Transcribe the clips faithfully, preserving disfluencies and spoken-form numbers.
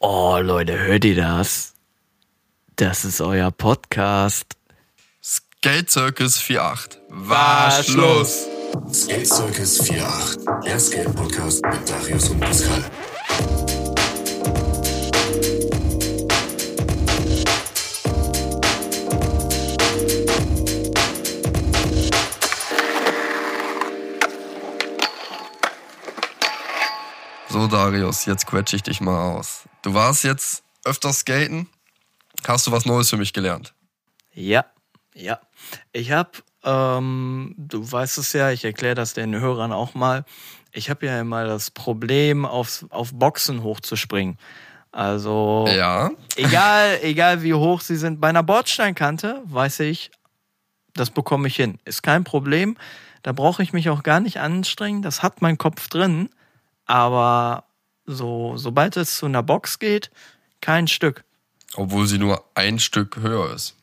Oh, Leute, hört ihr das? Das ist euer Podcast. Skate Circus vier acht. War Schluss. Skate Circus vier acht. Der Skate-Podcast mit Darius und Pascal. So, Darius, jetzt quetsche ich dich mal aus. Du warst jetzt öfter skaten. Hast du was Neues für mich gelernt? Ja, ja. Ich habe, ähm, du weißt es ja, ich erkläre das den Hörern auch mal. Ich habe ja immer das Problem, auf, auf Boxen hochzuspringen. Also, Ja. egal, egal wie hoch sie sind. Bei einer Bordsteinkante weiß ich, das bekomme ich hin. Ist kein Problem. Da brauche ich mich auch gar nicht anstrengen. Das hat mein Kopf drin. Aber so, sobald es zu einer Box geht, kein Stück. Obwohl sie nur ein Stück höher ist.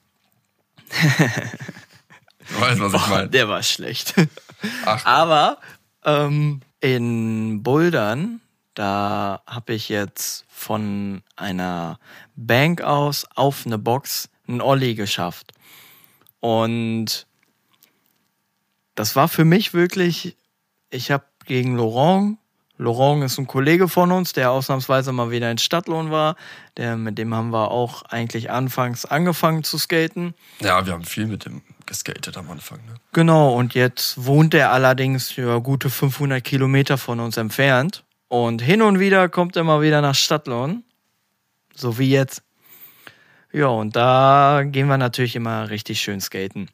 Du weißt, was ich meine. Oh, der war schlecht. Ach. Aber ähm, in Bouldern, da habe ich jetzt von einer Bank aus auf eine Box einen Ollie geschafft. Und das war für mich wirklich, ich habe gegen Laurent, Laurent ist ein Kollege von uns, der ausnahmsweise mal wieder in Stadtlohn war. Der, mit dem haben wir auch eigentlich anfangs angefangen zu skaten. Ja, wir haben viel mit dem geskatet am Anfang. Ne? Genau, und jetzt wohnt er allerdings ja, gute fünfhundert Kilometer von uns entfernt. Und hin und wieder kommt er mal wieder nach Stadtlohn. So wie jetzt. Ja, und da gehen wir natürlich immer richtig schön skaten.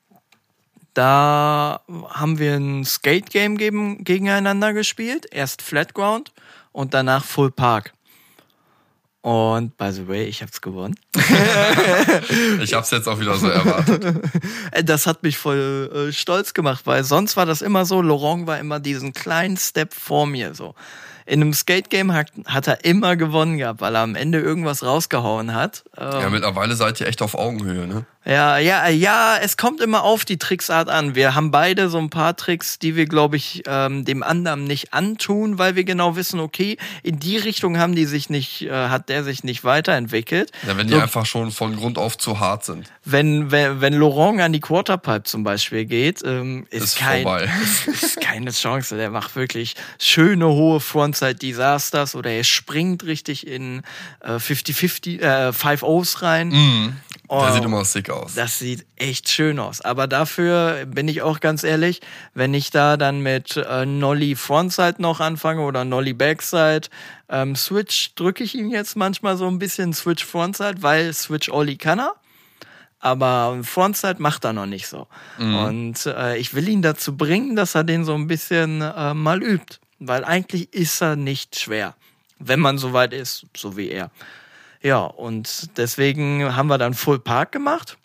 Da haben wir ein Skate-Game gegen, gegeneinander gespielt. Erst Flatground und danach Full Park. Und by the way, ich hab's gewonnen. Ich hab's jetzt auch wieder so erwartet. Das hat mich voll äh, stolz gemacht, weil sonst war das immer so, Laurent war immer diesen kleinen Step vor mir so. In einem Skate-Game hat, hat er immer gewonnen gehabt, weil er am Ende irgendwas rausgehauen hat. Ähm, Ja, mittlerweile seid ihr echt auf Augenhöhe, ne? Ja, ja, ja, es kommt immer auf die Tricksart an. Wir haben beide so ein paar Tricks, die wir, glaube ich, ähm, dem anderen nicht antun, weil wir genau wissen, okay, in die Richtung haben die sich nicht, äh, hat der sich nicht weiterentwickelt. Ja, wenn die So, einfach schon von Grund auf zu hart sind. wenn, wenn, wenn Laurent an die Quarterpipe zum Beispiel geht, ähm, ist, Ist kein, vorbei. ist, ist keine Chance. Der macht wirklich schöne hohe Frontside-Disasters oder er springt richtig in äh, fünfzig fünfzig, äh, fünf O's rein. Mhm. Der Oh, sieht immer sick aus. Das sieht echt schön aus. Aber dafür bin ich auch ganz ehrlich, wenn ich da dann mit äh, Nollie Frontside noch anfange oder Nollie Backside, ähm, Switch drücke ich ihm jetzt manchmal so ein bisschen Switch Frontside, weil Switch Ollie kann er. Aber Frontside macht er noch nicht so. Mhm. Und äh, ich will ihn dazu bringen, dass er den so ein bisschen äh, mal übt. Weil eigentlich ist er nicht schwer, wenn man so weit ist, so wie er. Ja, und deswegen haben wir dann Full Park gemacht.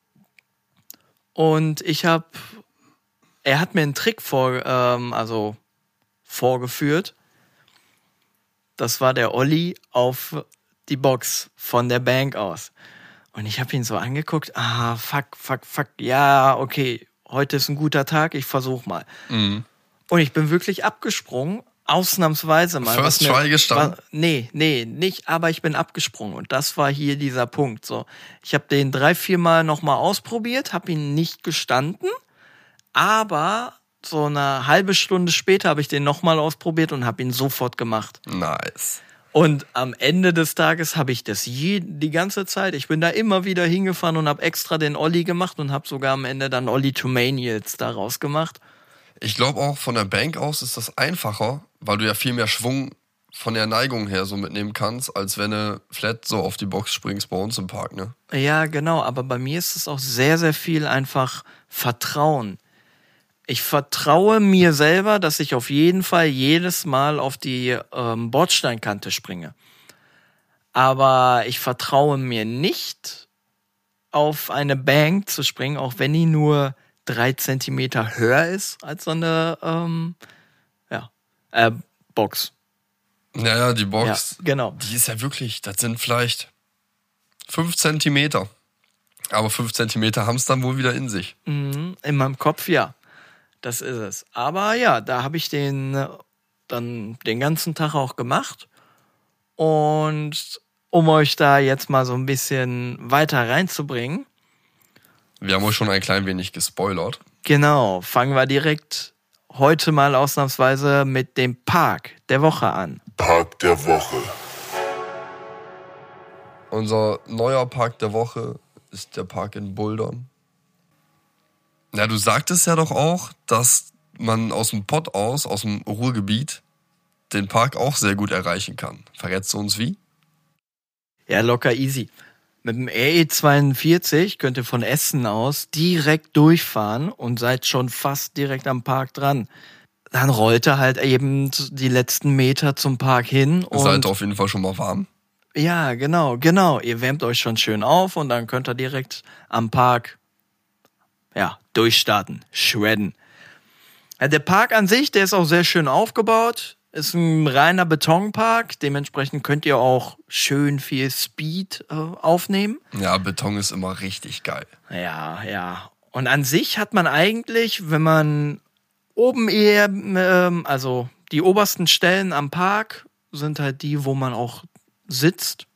Und ich habe, er hat mir einen Trick vor, ähm, also vorgeführt. Das war der Ollie auf die Box von der Bank aus. Und ich habe ihn so angeguckt, ah, fuck, fuck, fuck, ja, okay, heute ist ein guter Tag, ich versuch mal. Mhm. Und ich bin wirklich abgesprungen, ausnahmsweise mal. First was mir- try gestanden? war- Nee, nee, nicht, aber ich bin abgesprungen. Und das war hier dieser Punkt. So, ich habe den drei, vier Mal nochmal ausprobiert, habe ihn nicht gestanden, aber so eine halbe Stunde später habe ich den nochmal ausprobiert und habe ihn sofort gemacht. Nice. Und am Ende des Tages habe ich das je, die ganze Zeit, ich bin da immer wieder hingefahren und habe extra den Ollie gemacht und habe sogar am Ende dann Ollie to Maniacs daraus gemacht. Ich glaube auch, von der Bank aus ist das einfacher, weil du ja viel mehr Schwung von der Neigung her so mitnehmen kannst, als wenn du flat so auf die Box springst bei uns im Park, ne? Ja, genau, aber bei mir ist es auch sehr, sehr viel einfach Vertrauen. Ich vertraue mir selber, dass ich auf jeden Fall jedes Mal auf die ähm, Bordsteinkante springe. Aber ich vertraue mir nicht, auf eine Bank zu springen, auch wenn die nur drei Zentimeter höher ist als so eine ähm, ja, äh, Box. Naja, die Box, Ja, genau. die ist ja wirklich, das sind vielleicht fünf Zentimeter. Aber fünf Zentimeter haben es dann wohl wieder in sich. Mhm, in meinem Kopf, ja. Das ist es. Aber ja, da habe ich den äh, dann den ganzen Tag auch gemacht. Und um euch da jetzt mal so ein bisschen weiter reinzubringen. Wir haben euch schon ein klein wenig gespoilert. Genau, fangen wir direkt heute mal ausnahmsweise mit dem Park der Woche an. Park der Woche. Unser neuer Park der Woche ist der Park in Bouldern. Ja, du sagtest ja doch auch, dass man aus dem Pott aus, aus dem Ruhrgebiet, den Park auch sehr gut erreichen kann. Verrätst du uns wie? Ja, locker easy. Mit dem R E zweiundvierzig könnt ihr von Essen aus direkt durchfahren und seid schon fast direkt am Park dran. Dann rollt ihr halt eben die letzten Meter zum Park hin. Und seid auf jeden Fall schon mal warm. Ja, genau, genau. Ihr wärmt euch schon schön auf und dann könnt ihr direkt am Park ja, durchstarten, shredden. Ja, der Park an sich, der ist auch sehr schön aufgebaut. Ist ein reiner Betonpark. Dementsprechend könnt ihr auch schön viel Speed äh, aufnehmen. Ja, Beton ist immer richtig geil. Ja, ja. Und an sich hat man eigentlich, wenn man oben eher, ähm, also die obersten Stellen am Park sind halt die, wo man auch sitzt.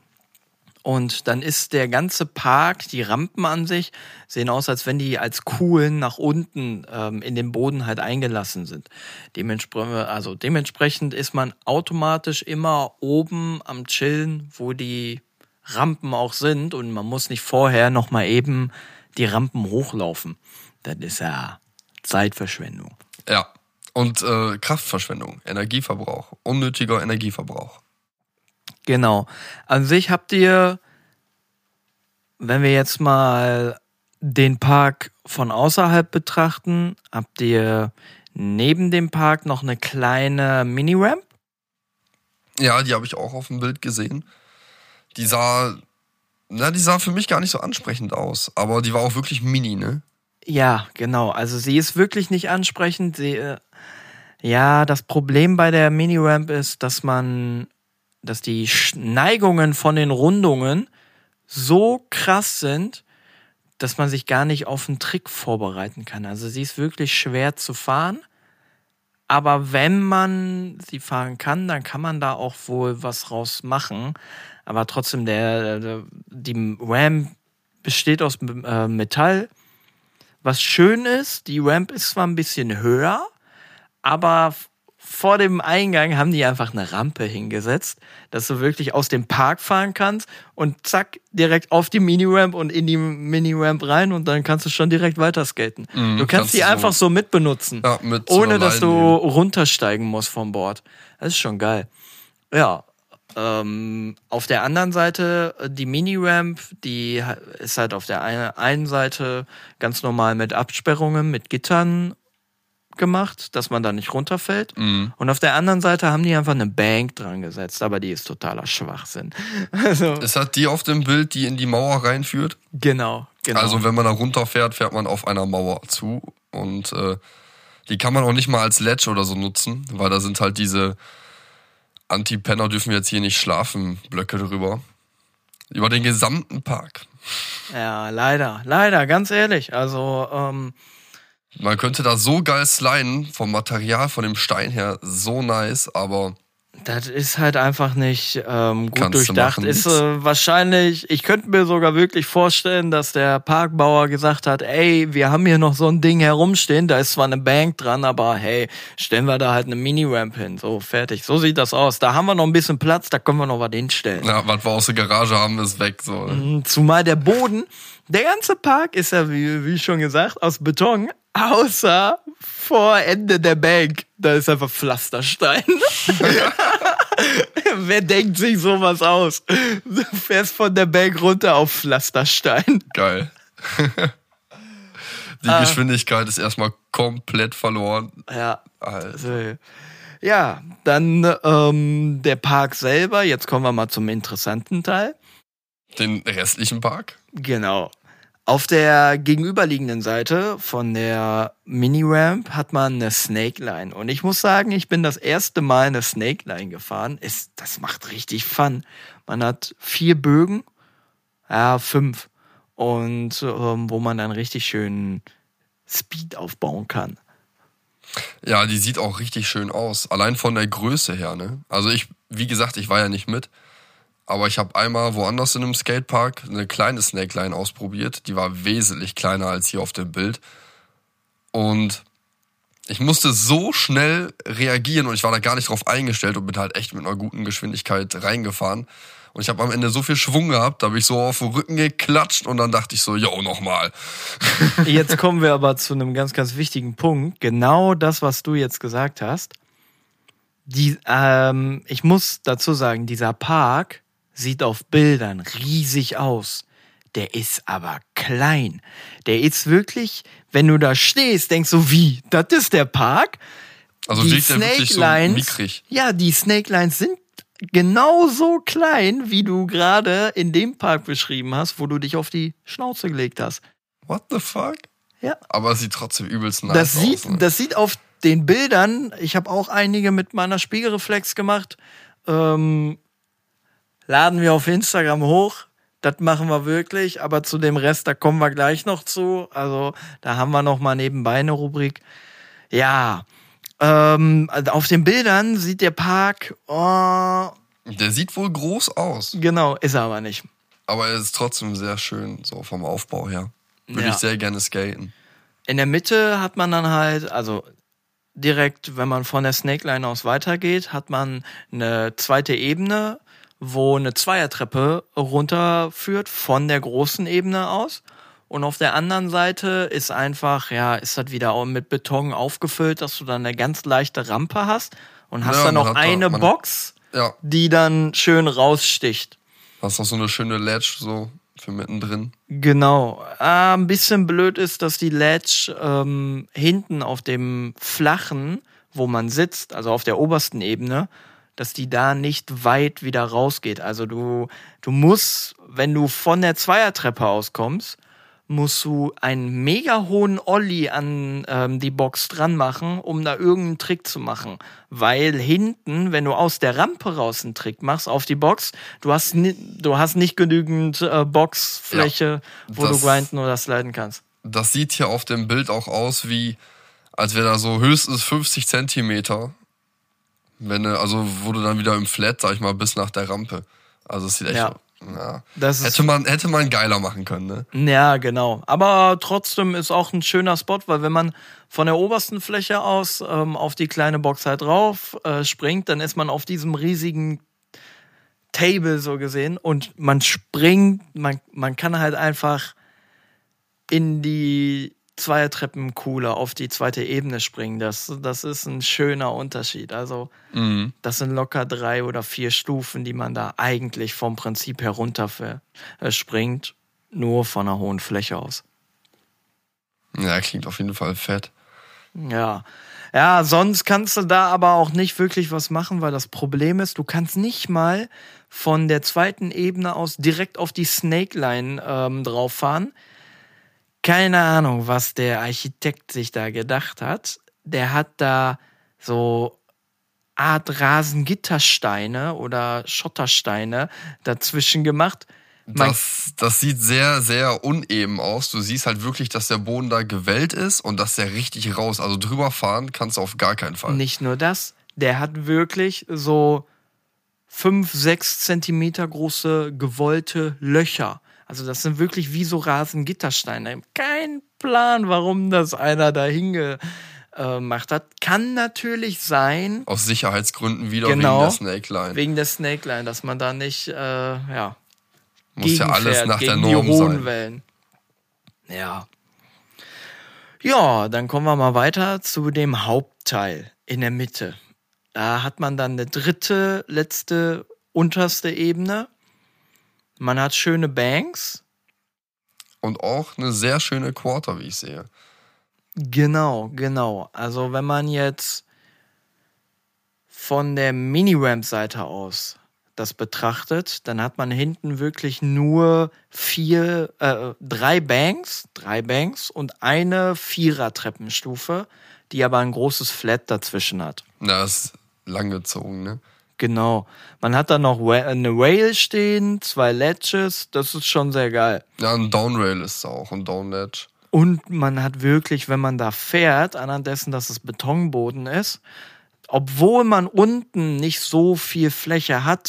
Und dann ist der ganze Park, die Rampen an sich, sehen aus, als wenn die als Kuhlen nach unten ähm, in den Boden halt eingelassen sind. Dementsprechend, also dementsprechend ist man automatisch immer oben am Chillen, wo die Rampen auch sind. Und man muss nicht vorher nochmal eben die Rampen hochlaufen. Das ist ja Zeitverschwendung. Ja, und äh, Kraftverschwendung, Energieverbrauch, unnötiger Energieverbrauch. Genau. An sich habt ihr, wenn wir jetzt mal den Park von außerhalb betrachten, habt ihr neben dem Park noch eine kleine Mini-Ramp? Ja, die habe ich auch auf dem Bild gesehen. Die sah, na, die sah für mich gar nicht so ansprechend aus, aber die war auch wirklich mini, ne? Ja, genau. Also sie ist wirklich nicht ansprechend. Sie, äh, ja, das Problem bei der Mini-Ramp ist, dass man dass die Neigungen von den Rundungen so krass sind, dass man sich gar nicht auf einen Trick vorbereiten kann. Also sie ist wirklich schwer zu fahren, aber wenn man sie fahren kann, dann kann man da auch wohl was raus machen. Aber trotzdem, der, der die Ramp besteht aus äh, Metall. Was schön ist, die Ramp ist zwar ein bisschen höher, aber vor dem Eingang haben die einfach eine Rampe hingesetzt, dass du wirklich aus dem Park fahren kannst und zack, direkt auf die Mini-Ramp und in die Mini-Ramp rein und dann kannst du schon direkt weiter skaten. Mhm, du kannst, kannst die so einfach so mitbenutzen, ja, mit ohne dass du nehmen. runtersteigen musst vom Board. Das ist schon geil. Ja, ähm, auf der anderen Seite, die Mini-Ramp, die ist halt auf der einen Seite ganz normal mit Absperrungen, mit Gittern gemacht, dass man da nicht runterfällt. Mhm. Und auf der anderen Seite haben die einfach eine Bank dran gesetzt, aber die ist totaler Schwachsinn. Also, ist das die auf dem Bild, die in die Mauer reinführt? Genau, genau. Also wenn man da runterfährt, fährt man auf einer Mauer zu und äh, die kann man auch nicht mal als Ledge oder so nutzen, weil da sind halt diese Anti-Penner dürfen jetzt hier nicht schlafen, Blöcke drüber. Über den gesamten Park. Ja, leider, leider, ganz ehrlich. Also, ähm, man könnte da so geil sliden, vom Material, von dem Stein her, so nice, aber das ist halt einfach nicht ähm, gut durchdacht. Ist äh, wahrscheinlich, ich könnte mir sogar wirklich vorstellen, dass der Parkbauer gesagt hat, ey, wir haben hier noch so ein Ding herumstehen, da ist zwar eine Bank dran, aber hey, stellen wir da halt eine Mini-Ramp hin. So, fertig. So sieht das aus. Da haben wir noch ein bisschen Platz, da können wir noch was hinstellen. Ja, was wir aus der Garage haben, ist weg. So. Zumal der Boden, der ganze Park ist ja, wie, wie schon gesagt, aus Beton, außer vor Ende der Bank. Da ist einfach Pflasterstein. Wer denkt sich sowas aus? Du fährst von der Bank runter auf Pflasterstein. Geil. Die ah. Geschwindigkeit ist erstmal komplett verloren. Ja. Also, ja, dann ähm, der Park selber. Jetzt kommen wir mal zum interessanten Teil. Den restlichen Park? Genau. Auf der gegenüberliegenden Seite von der Mini-Ramp hat man eine Snake-Line. Und ich muss sagen, ich bin das erste Mal eine Snake-Line gefahren. Ist, das macht richtig Fun. Man hat vier Bögen, ja, fünf. Und ähm, wo man dann richtig schön Speed aufbauen kann. Ja, die sieht auch richtig schön aus. Allein von der Größe her, ne? Also ich, wie gesagt, ich war ja nicht mit. Aber ich habe einmal woanders in einem Skatepark eine kleine Snakeline ausprobiert. Die war wesentlich kleiner als hier auf dem Bild. Und ich musste so schnell reagieren und ich war da gar nicht drauf eingestellt und bin halt echt mit einer guten Geschwindigkeit reingefahren. Und ich habe am Ende so viel Schwung gehabt, da habe ich so auf den Rücken geklatscht und dann dachte ich so, yo, nochmal. Jetzt kommen wir aber zu einem ganz, ganz wichtigen Punkt. Genau das, was du jetzt gesagt hast. Die, ähm, ich muss dazu sagen, dieser Park sieht auf Bildern riesig aus. Der ist aber klein. Der ist wirklich, wenn du da stehst, denkst du, wie? Das ist der Park? Also die wirkt der wirklich so mickrig. Ja, die Snake Lines sind genauso klein, wie du gerade in dem Park beschrieben hast, wo du dich auf die Schnauze gelegt hast. What the fuck? Ja. Aber es sieht trotzdem übelst nice das aus. Sieht, Ne? Das sieht auf den Bildern, ich habe auch einige mit meiner Spiegelreflex gemacht, ähm, laden wir auf Instagram hoch. Das machen wir wirklich, aber zu dem Rest, da kommen wir gleich noch zu. Also da haben wir noch mal nebenbei eine Rubrik. Ja, ähm, also auf den Bildern sieht der Park, oh, der sieht wohl groß aus. Genau, ist er aber nicht. Aber er ist trotzdem sehr schön, so vom Aufbau her. Würde Ja. ich sehr gerne skaten. In der Mitte hat man dann halt, also direkt, wenn man von der Snakeline aus weitergeht, hat man eine zweite Ebene, wo eine Zweiertreppe runterführt von der großen Ebene aus. Und auf der anderen Seite ist einfach, ja, ist das wieder auch mit Beton aufgefüllt, dass du dann eine ganz leichte Rampe hast und hast Ja, dann man noch hat da- eine man- Box, Ja, die dann schön raussticht. hast noch so eine schöne Ledge so für mittendrin. Genau. Ah, ein bisschen blöd ist, dass die Ledge ähm, hinten auf dem flachen, wo man sitzt, also auf der obersten Ebene, dass die da nicht weit wieder rausgeht. Also du, du musst, wenn du von der Zweiertreppe auskommst, musst du einen mega hohen Ollie an ähm, die Box dran machen, um da irgendeinen Trick zu machen. Weil hinten, wenn du aus der Rampe raus einen Trick machst auf die Box, du hast, ni- du hast nicht genügend äh, Boxfläche, wo das- du grinden oder sliden kannst. Das sieht hier auf dem Bild auch aus wie, als wäre da so höchstens fünfzig Zentimeter. Wenn du, also wo du dann wieder im Flat, sag ich mal, bis nach der Rampe. Also es sieht echt, Ja. ja. Das ist Hätte man, hätte man geiler machen können, ne? Ja, genau. Aber trotzdem ist auch ein schöner Spot, weil wenn man von der obersten Fläche aus ähm, auf die kleine Box halt drauf äh, springt, dann ist man auf diesem riesigen Table so gesehen und man springt, man, man kann halt einfach in die Zweiertreppenkuhle auf die zweite Ebene springen. Das, das ist ein schöner Unterschied. Also Mhm. das sind locker drei oder vier Stufen, die man da eigentlich vom Prinzip herunter für, äh, springt, nur von einer hohen Fläche aus. Ja, klingt auf jeden Fall fett. Ja. Ja, sonst kannst du da aber auch nicht wirklich was machen, weil das Problem ist, du kannst nicht mal von der zweiten Ebene aus direkt auf die Snakeline ähm, drauf fahren. Keine Ahnung, was der Architekt sich da gedacht hat. Der hat da so Art Rasengittersteine oder Schottersteine dazwischen gemacht. Man, Das, das sieht sehr, sehr uneben aus. Du siehst halt wirklich, dass der Boden da gewellt ist und dass der richtig raus. Also drüber fahren kannst du auf gar keinen Fall. nicht nur das, der hat wirklich so fünf, sechs Zentimeter große gewollte Löcher. Also das sind wirklich wie so Rasengittersteine. Kein Plan, warum das einer da hingemacht hat. Kann natürlich sein, Aus Sicherheitsgründen wieder Genau. wegen der Snakeline. wegen der Snakeline, dass man da nicht, äh, ja, Muss ja alles gegenfährt nach der gegen Norm die hohen sein. Wellen. Ja. Ja, dann kommen wir mal weiter zu dem Hauptteil in der Mitte. Da hat man dann eine dritte, letzte, unterste Ebene. Man hat schöne Banks. Und auch eine sehr schöne Quarter, wie ich sehe. Genau, genau. Also wenn man jetzt von der Mini-Ramp-Seite aus das betrachtet, dann hat man hinten wirklich nur vier, äh, drei Banks, drei Banks und eine Vierer-Treppenstufe, die aber ein großes Flat dazwischen hat. Na, das ist langgezogen, ne? Genau. Man hat dann noch Wa- eine Rail stehen, zwei Ledges, das ist schon sehr geil. Ja, ein Downrail ist da auch, ein Downledge. Und man hat wirklich, wenn man da fährt, anhand dessen, dass es Betonboden ist, obwohl man unten nicht so viel Fläche hat,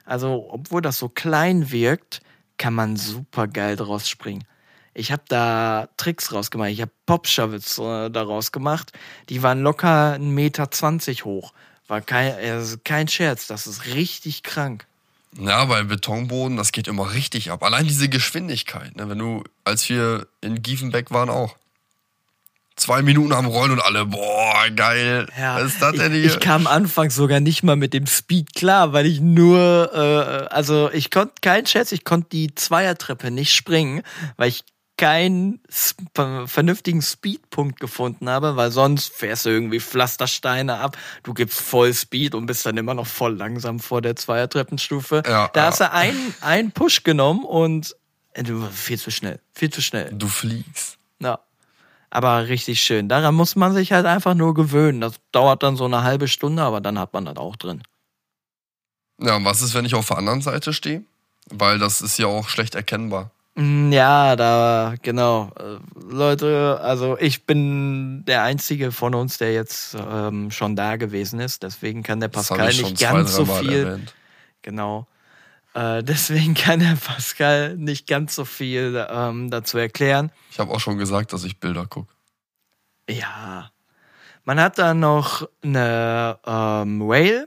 Also, obwohl das so klein wirkt, kann man super geil draus springen. Ich habe da Tricks rausgemacht. Ich habe Popshovels äh, daraus gemacht. Die waren locker ein Meter zwanzig hoch. War kein, also kein Scherz. Das ist richtig krank. Ja, bei Betonboden, das geht immer richtig ab. Allein diese Geschwindigkeit, ne? Wenn du, als wir in Giefenbeck waren auch, zwei Minuten am Rollen und alle, boah, geil. Ja, Was ist das denn ich, hier? ich kam anfangs sogar nicht mal mit dem Speed klar, weil ich nur, äh, also ich konnte, kein Scherz, ich konnte die Zweiertreppe nicht springen, weil ich keinen sp- vernünftigen Speedpunkt gefunden habe, weil sonst fährst du irgendwie Pflastersteine ab, du gibst voll Speed und bist dann immer noch voll langsam vor der Zweiertreppenstufe. Ja, da ja. hast du einen, einen Push genommen und äh, du viel zu schnell, viel zu schnell. Du fliegst. Ja. Aber richtig schön. Daran muss man sich halt einfach nur gewöhnen. Das dauert dann so eine halbe Stunde, aber dann hat man das auch drin. Ja, und was ist, wenn ich auf der anderen Seite stehe? Weil das ist ja auch schlecht erkennbar. Ja, da, genau. Äh, Leute, also ich bin der Einzige von uns, der jetzt ähm, schon da gewesen ist. Deswegen kann der Das Pascal habe ich schon nicht zwei, ganz so dreimal viel. erwähnt. Genau. Äh, deswegen kann der Pascal nicht ganz so viel ähm, dazu erklären. Ich habe auch schon gesagt, dass ich Bilder gucke. Ja. Man hat da noch eine ähm, Whale,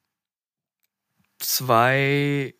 zwei,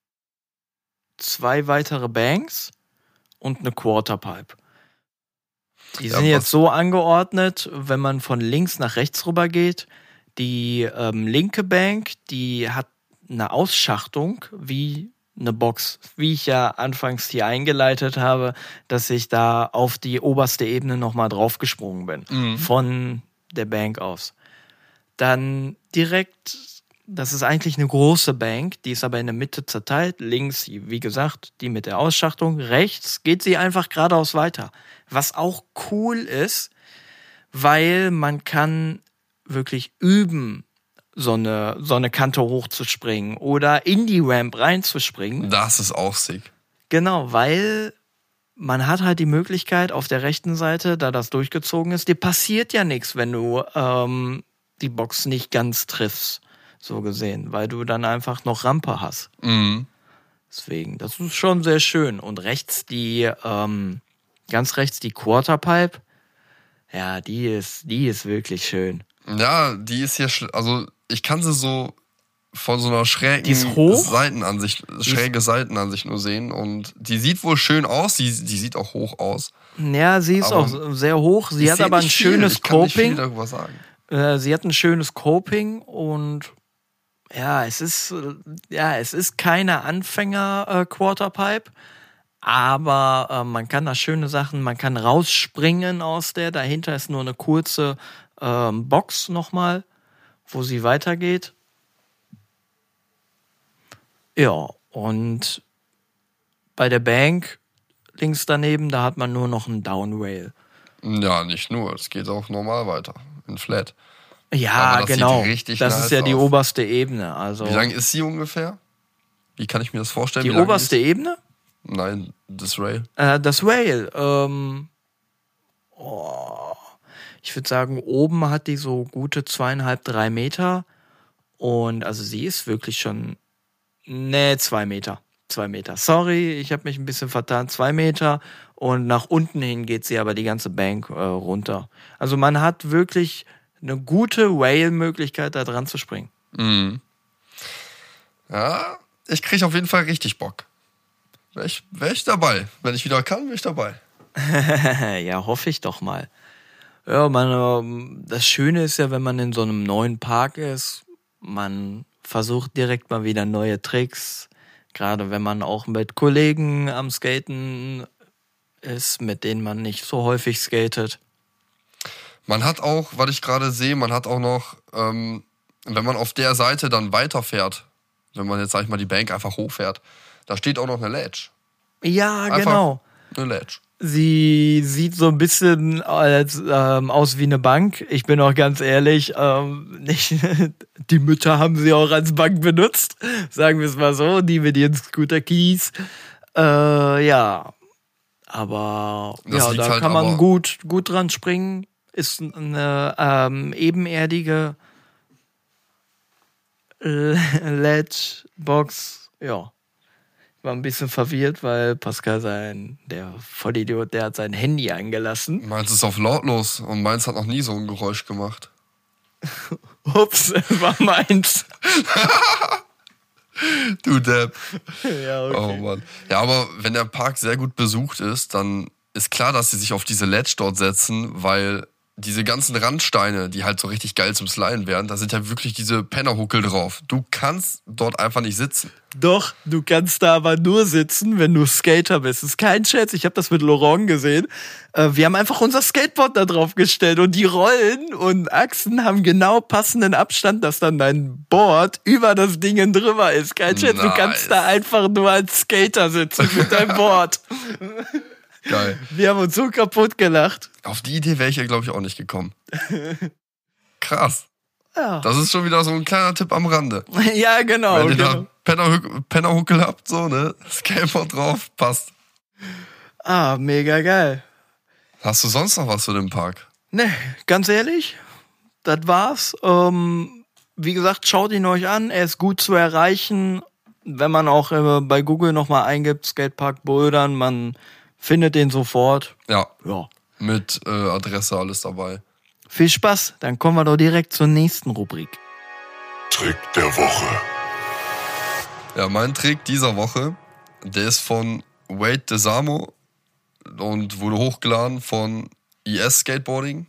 zwei weitere Banks und eine Quarterpipe. Die Ja, sind was- jetzt so angeordnet, wenn man von links nach rechts rüber geht. Die ähm, linke Bank, die hat eine Ausschachtung wie eine Box, wie ich ja anfangs hier eingeleitet habe, dass ich da auf die oberste Ebene nochmal draufgesprungen bin, Mhm. von der Bank aus. Dann direkt, das ist eigentlich eine große Bank, die ist aber in der Mitte zerteilt. Links, wie gesagt, die mit der Ausschachtung. Rechts geht sie einfach geradeaus weiter. Was auch cool ist, weil man kann wirklich üben, so eine, so eine Kante hochzuspringen oder in die Ramp reinzuspringen. Das ist auch sick. Genau, weil man hat halt die Möglichkeit auf der rechten Seite, da das durchgezogen ist, dir passiert ja nichts, wenn du ähm, die Box nicht ganz triffst, so gesehen, weil du dann einfach noch Rampe hast. Mhm. Deswegen, das ist schon sehr schön. Und rechts die, ähm, ganz rechts die Quarterpipe, ja, die ist, die ist wirklich schön. Ja, die ist hier, schl- also ich kann sie so von so einer schrägen Die ist hoch. Seitenansicht, schräge Seitenansicht nur sehen und die sieht wohl schön aus, die, die sieht auch hoch aus. Ja, sie ist Aber auch sehr hoch. Sie Ich hat seh aber ein nicht viel, schönes ich kann nicht viel Coping. darüber sagen. Äh, sie hat ein schönes Coping und ja, es ist äh, ja, es ist keine Anfänger äh, Quarterpipe, aber äh, man kann da schöne Sachen, man kann rausspringen aus der. Dahinter ist nur eine kurze ähm, Box nochmal, wo sie weitergeht. Ja, und bei der Bank links daneben, da hat man nur noch einen Downrail. Ja, nicht nur, es geht auch normal weiter, in Flat. Ja, Aber das sieht genau. richtig das nice ist ja die aus. oberste Ebene. Also Wie lang ist sie ungefähr? Wie kann ich mir das vorstellen? die wie lang oberste die Ebene? ist? Nein, das Rail. Äh, das Rail, ähm, oh, ich würde sagen, oben hat die so gute zweieinhalb, drei Meter. Und also sie ist wirklich schon, nee, zwei Meter. Zwei Meter. Sorry, ich habe mich ein bisschen vertan. Zwei Meter. Und nach unten hin geht sie aber die ganze Bank äh, runter. Also man hat wirklich eine gute Rail-Möglichkeit, da dran zu springen. Mhm. Ja, ich krieg auf jeden Fall richtig Bock. Wär ich, wär ich dabei. Wenn ich wieder kann, wär ich dabei. Ja, hoffe ich doch mal. Ja, man, ähm, das Schöne ist ja, wenn man in so einem neuen Park ist, man versucht direkt mal wieder neue Tricks. Gerade wenn man auch mit Kollegen am Skaten ist, mit denen man nicht so häufig skatet. Man hat auch, was ich gerade sehe, man hat auch noch, ähm, wenn man auf der Seite dann weiterfährt, wenn man jetzt, sag ich mal, die Bank einfach hochfährt, da steht auch noch eine Ledge. Ja, Einfach genau. Eine Ledge. Sie sieht so ein bisschen als, ähm, aus wie eine Bank. Ich bin auch ganz ehrlich, ähm, nicht, die Mütter haben sie auch als Bank benutzt. Sagen wir es mal so, die mit ihren Scooter-Keys. Äh, ja. Aber Das ja, liegt da halt kann man aber- gut, gut dran springen. Ist eine ähm, ebenerdige Ledgebox, ja. Ich war ein bisschen verwirrt, weil Pascal sein, der Vollidiot, der hat sein Handy eingelassen. Meins ist auf lautlos und meins hat noch nie so ein Geräusch gemacht. Ups, war meins. Du Depp. Ja, okay. Oh Mann. Ja, aber wenn der Park sehr gut besucht ist, dann ist klar, dass sie sich auf diese Ledge dort setzen, weil diese ganzen Randsteine, die halt so richtig geil zum Sliden wären, da sind ja wirklich diese Pennerhuckel drauf. Du kannst dort einfach nicht sitzen. Doch, du kannst da aber nur sitzen, wenn du Skater bist. Das ist kein Scherz, ich habe das mit Laurent gesehen. Wir haben einfach unser Skateboard da drauf gestellt und die Rollen und Achsen haben genau passenden Abstand, dass dann dein Board über das Ding drüber ist. Kein Scherz, Nice. Du kannst da einfach nur als Skater sitzen mit deinem Board. Geil. Wir haben uns so kaputt gelacht. Auf die Idee wäre ich ja, glaube ich, auch nicht gekommen. Krass. Ja, Das ist schon wieder so ein kleiner Tipp am Rande. ja genau. Wenn ihr genau. da Pennerhuckel, Pennerhuckel habt, so, ne? Skateboard drauf, passt. Ah, mega geil. Hast du sonst noch was zu dem Park? Ne, ganz ehrlich, das war's. Ähm, wie gesagt, schaut ihn euch an. Er ist gut zu erreichen. Wenn man auch äh, bei Google nochmal eingibt, Skatepark Bouldern, man findet den sofort. Ja, Ja. mit äh, Adresse, alles dabei. Viel Spaß. Dann kommen wir doch direkt zur nächsten Rubrik. Trick der Woche. Ja, mein Trick dieser Woche, der ist von Wade DeSamo und wurde hochgeladen von I S Skateboarding.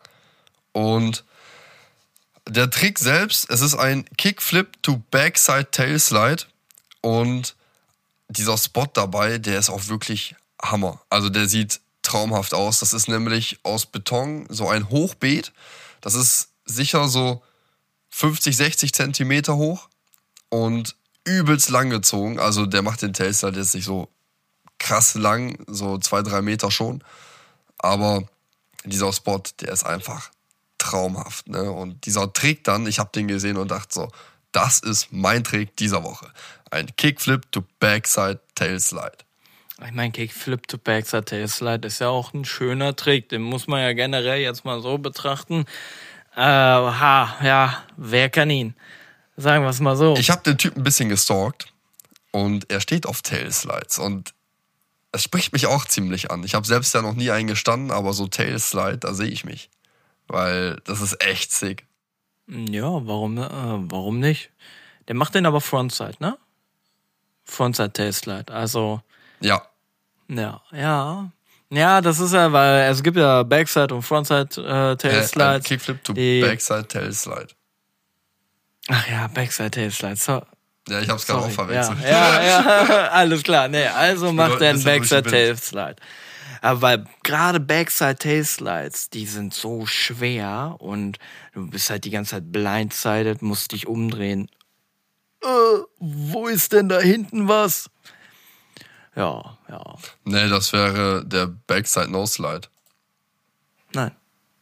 Und der Trick selbst, es ist ein Kickflip to Backside Tailslide und dieser Spot dabei, der ist auch wirklich Hammer. Also der sieht traumhaft aus. Das ist nämlich aus Beton so ein Hochbeet. Das ist sicher so fünfzig, sechzig Zentimeter hoch und übelst lang gezogen. Also der macht den Tailslide jetzt nicht so krass lang, so zwei, drei Meter schon. Aber dieser Spot, der ist einfach traumhaft. Ne? Und dieser Trick dann, ich habe den gesehen und dachte so, das ist mein Trick dieser Woche. Ein Kickflip to Backside Tailslide. Ich meine, Kickflip to Backside Tailslide ist ja auch ein schöner Trick. Den muss man ja generell jetzt mal so betrachten. Äh, ha, ja, wer kann ihn? Sagen wir es mal so. Ich habe den Typen ein bisschen gestalkt und er steht auf Tailslides und es spricht mich auch ziemlich an. Ich habe selbst ja noch nie einen gestanden, aber so Tailslide, da sehe ich mich. Weil das ist echt sick. Ja, warum, äh, warum nicht? Der macht den aber Frontside, ne? Frontside Tailslide, also... Ja. Ja, ja. Ja, das ist ja, weil es gibt ja Backside und Frontside äh, Äh, Tailslides. ein Kickflip to die- Backside Tailslide. Ach ja, Backside Tailslide. So, Ja, ich habe es gerade auch sorry. verwechselt. Ja, ja, ja, alles klar. Nee, also macht heute er ein einen bisschen durch Backside den Wind. Tailslide. Aber weil gerade Backside Tailslides, die sind so schwer und du bist halt die ganze Zeit blindsided, musst dich umdrehen. Äh, wo ist denn da hinten was? Ja, ja. Nee, das wäre der Backside No Slide. Nein.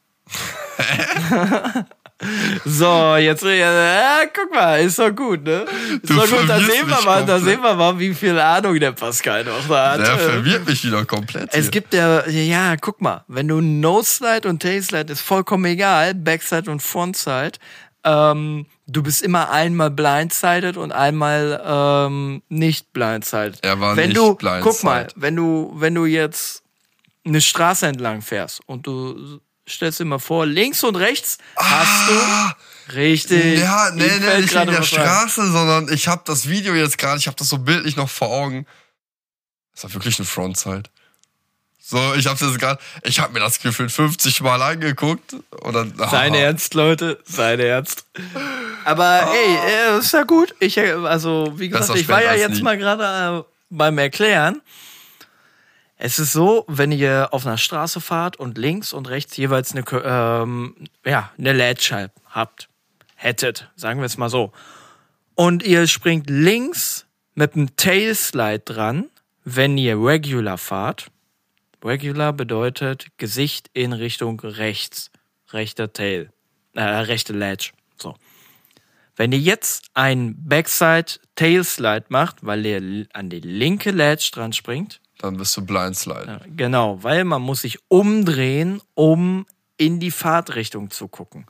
So, jetzt, ja, guck mal, ist doch gut, ne? Ist Du doch gut, da verwirrst sehen wir mich mal, da komplett. sehen wir mal, wie viel Ahnung der Pascal noch da hat. Der verwirrt mich wieder komplett. Es hier. gibt ja, ja, guck mal, wenn du No-Slide und Tailslide ist vollkommen egal, Backside und Frontside, ähm, du bist immer einmal blindsided und einmal ähm, nicht blindsided. Er war wenn nicht du, blindsided. Guck mal, wenn du, wenn du jetzt eine Straße entlang fährst und du stellst dir mal vor, links und rechts hast du richtig. Ja, nee, Ihm nee, fällt nicht gerade in der was ein. Straße, sondern ich habe das Video jetzt gerade, ich habe das so bildlich noch vor Augen. Das war wirklich ein Frontside. So, ich habe das gerade, ich habe mir das gefühlt fünfzig Mal angeguckt und dann. Sein ah, Ernst, Leute, sein Ernst. Aber ey, äh, ist ja gut. Ich, äh, also, wie gesagt, Besser ich war spät ja als jetzt nie. mal gerade äh, beim Erklären. Es ist so, wenn ihr auf einer Straße fahrt und links und rechts jeweils eine, ähm, ja, eine Ledge habt, hättet, sagen wir es mal so. Und ihr springt links mit einem Tailslide dran, wenn ihr Regular fahrt. Regular bedeutet Gesicht in Richtung rechts. Rechter Tail. Äh, rechte Ledge. So. Wenn ihr jetzt ein Backside Tailslide macht, weil ihr an die linke Ledge dran springt, dann bist du Blindslide. ja, genau, weil man muss sich umdrehen, um in die Fahrtrichtung zu gucken.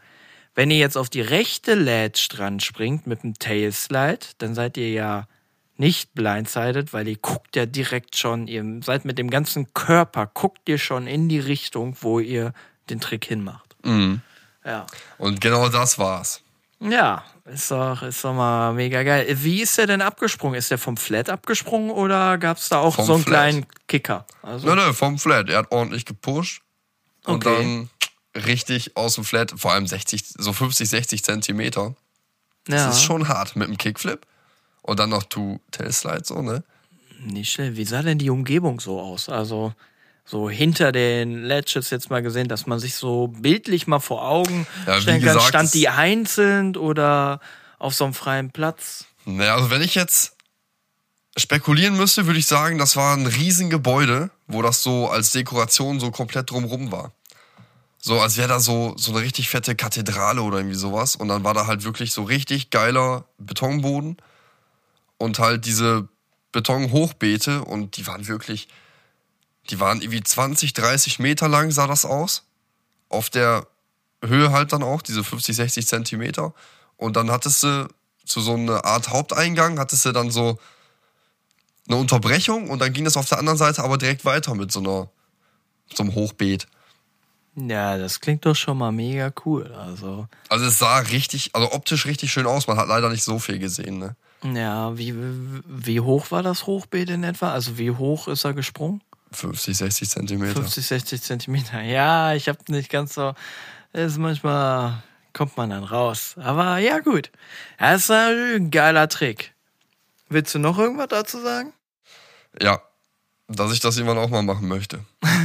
wenn ihr jetzt auf die rechte Ledge dran springt mit dem Tailslide, dann seid ihr ja nicht blindsided, weil ihr guckt ja direkt schon, ihr seid mit dem ganzen Körper, guckt ihr schon in die Richtung, wo ihr den Trick hinmacht. Mhm. Ja. Und genau das war's. Ja, ist doch, ist doch mal mega geil. Wie ist der denn abgesprungen? Ist der vom Flat abgesprungen oder gab's da auch Vom so einen Flat. kleinen Kicker? Also, Nö, nö, vom Flat. Er hat ordentlich gepusht. Und Okay. dann richtig aus dem Flat, vor allem sechzig, so fünfzig, sechzig Zentimeter. Das ja, ist schon hart mit dem Kickflip. Und dann noch Two Tailslide so, ne? nicht schlecht. Wie sah denn die Umgebung so aus? Also so hinter den Ledges jetzt mal gesehen, dass man sich so bildlich mal vor Augen Ja, wie stellen kann. gesagt, Stand es- die einzeln oder auf so einem freien Platz? Naja, also wenn ich jetzt spekulieren müsste, würde ich sagen, das war ein Riesengebäude, wo das so als Dekoration so komplett drumrum war. So, als wäre da so, so eine richtig fette Kathedrale oder irgendwie sowas. Und dann war da halt wirklich so richtig geiler Betonboden und halt diese Betonhochbeete und die waren wirklich, die waren irgendwie zwanzig, dreißig Meter lang sah das aus. Auf der Höhe halt dann auch, diese fünfzig, sechzig Zentimeter. Und dann hattest du zu so einer Art Haupteingang, hattest du dann so eine Unterbrechung und dann ging es auf der anderen Seite aber direkt weiter mit so einer, so einem Hochbeet. Ja, das klingt doch schon mal mega cool. Also, Also es sah richtig, also optisch richtig schön aus. Man hat leider nicht so viel gesehen, ne? ja, wie, wie hoch war das Hochbeet in etwa? Also wie hoch ist er gesprungen? fünfzig, sechzig Zentimeter. fünfzig, sechzig Zentimeter. Ja, ich hab nicht ganz so. Ist manchmal kommt man dann raus. Aber ja, gut. Das ist ein geiler Trick. Willst du noch irgendwas dazu sagen? Ja, dass ich das irgendwann auch mal machen möchte.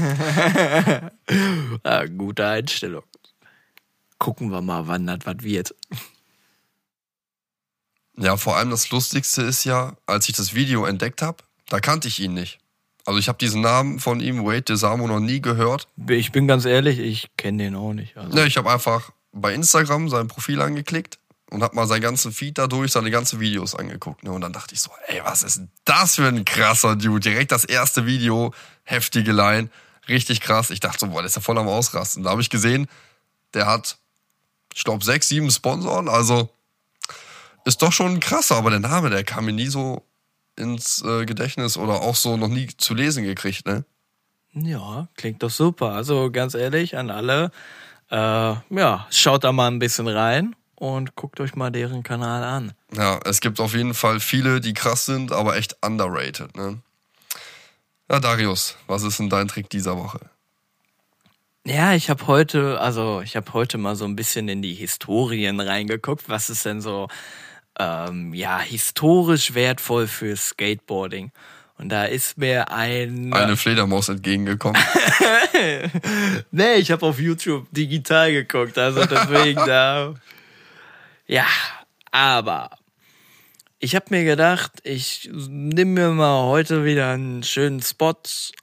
Ja, gute Einstellung. Gucken wir mal, wann das was wird. Ja, vor allem das Lustigste ist ja, als ich das Video entdeckt habe, da kannte ich ihn nicht. Also ich habe diesen Namen von ihm, Wade DeSamo, noch nie gehört. Ich bin ganz ehrlich, ich kenne den auch nicht. Also. Ne, ich habe einfach bei Instagram sein Profil angeklickt und habe mal seinen ganzen Feed dadurch, seine ganzen Videos angeguckt. Ne? Und dann dachte ich so, ey, was ist denn das für ein krasser Dude? Direkt das erste Video, heftige Line, richtig krass. Ich dachte so, boah, der ist ja voll am Ausrasten. Da habe ich gesehen, der hat, ich glaube, sechs, sieben Sponsoren. Also ist doch schon krasser, aber der Name, der kam mir nie so ins äh, Gedächtnis oder auch so noch nie zu lesen gekriegt, ne? Ja, klingt doch super. Also ganz ehrlich an alle, äh, ja, schaut da mal ein bisschen rein und guckt euch mal deren Kanal an. Ja, es gibt auf jeden Fall viele, die krass sind, aber echt underrated, ne? Ja, Darius, was ist denn dein Trick dieser Woche? Ja, ich habe heute, also ich habe heute mal so ein bisschen in die Historien reingeguckt, was ist denn so, ähm, ja, historisch wertvoll für Skateboarding. Und da ist mir ein... Eine Fledermaus entgegengekommen. Nee, ich habe auf YouTube digital geguckt, also deswegen da... Ja, aber ich habe mir gedacht, ich nehme mir mal heute wieder einen schönen Spot,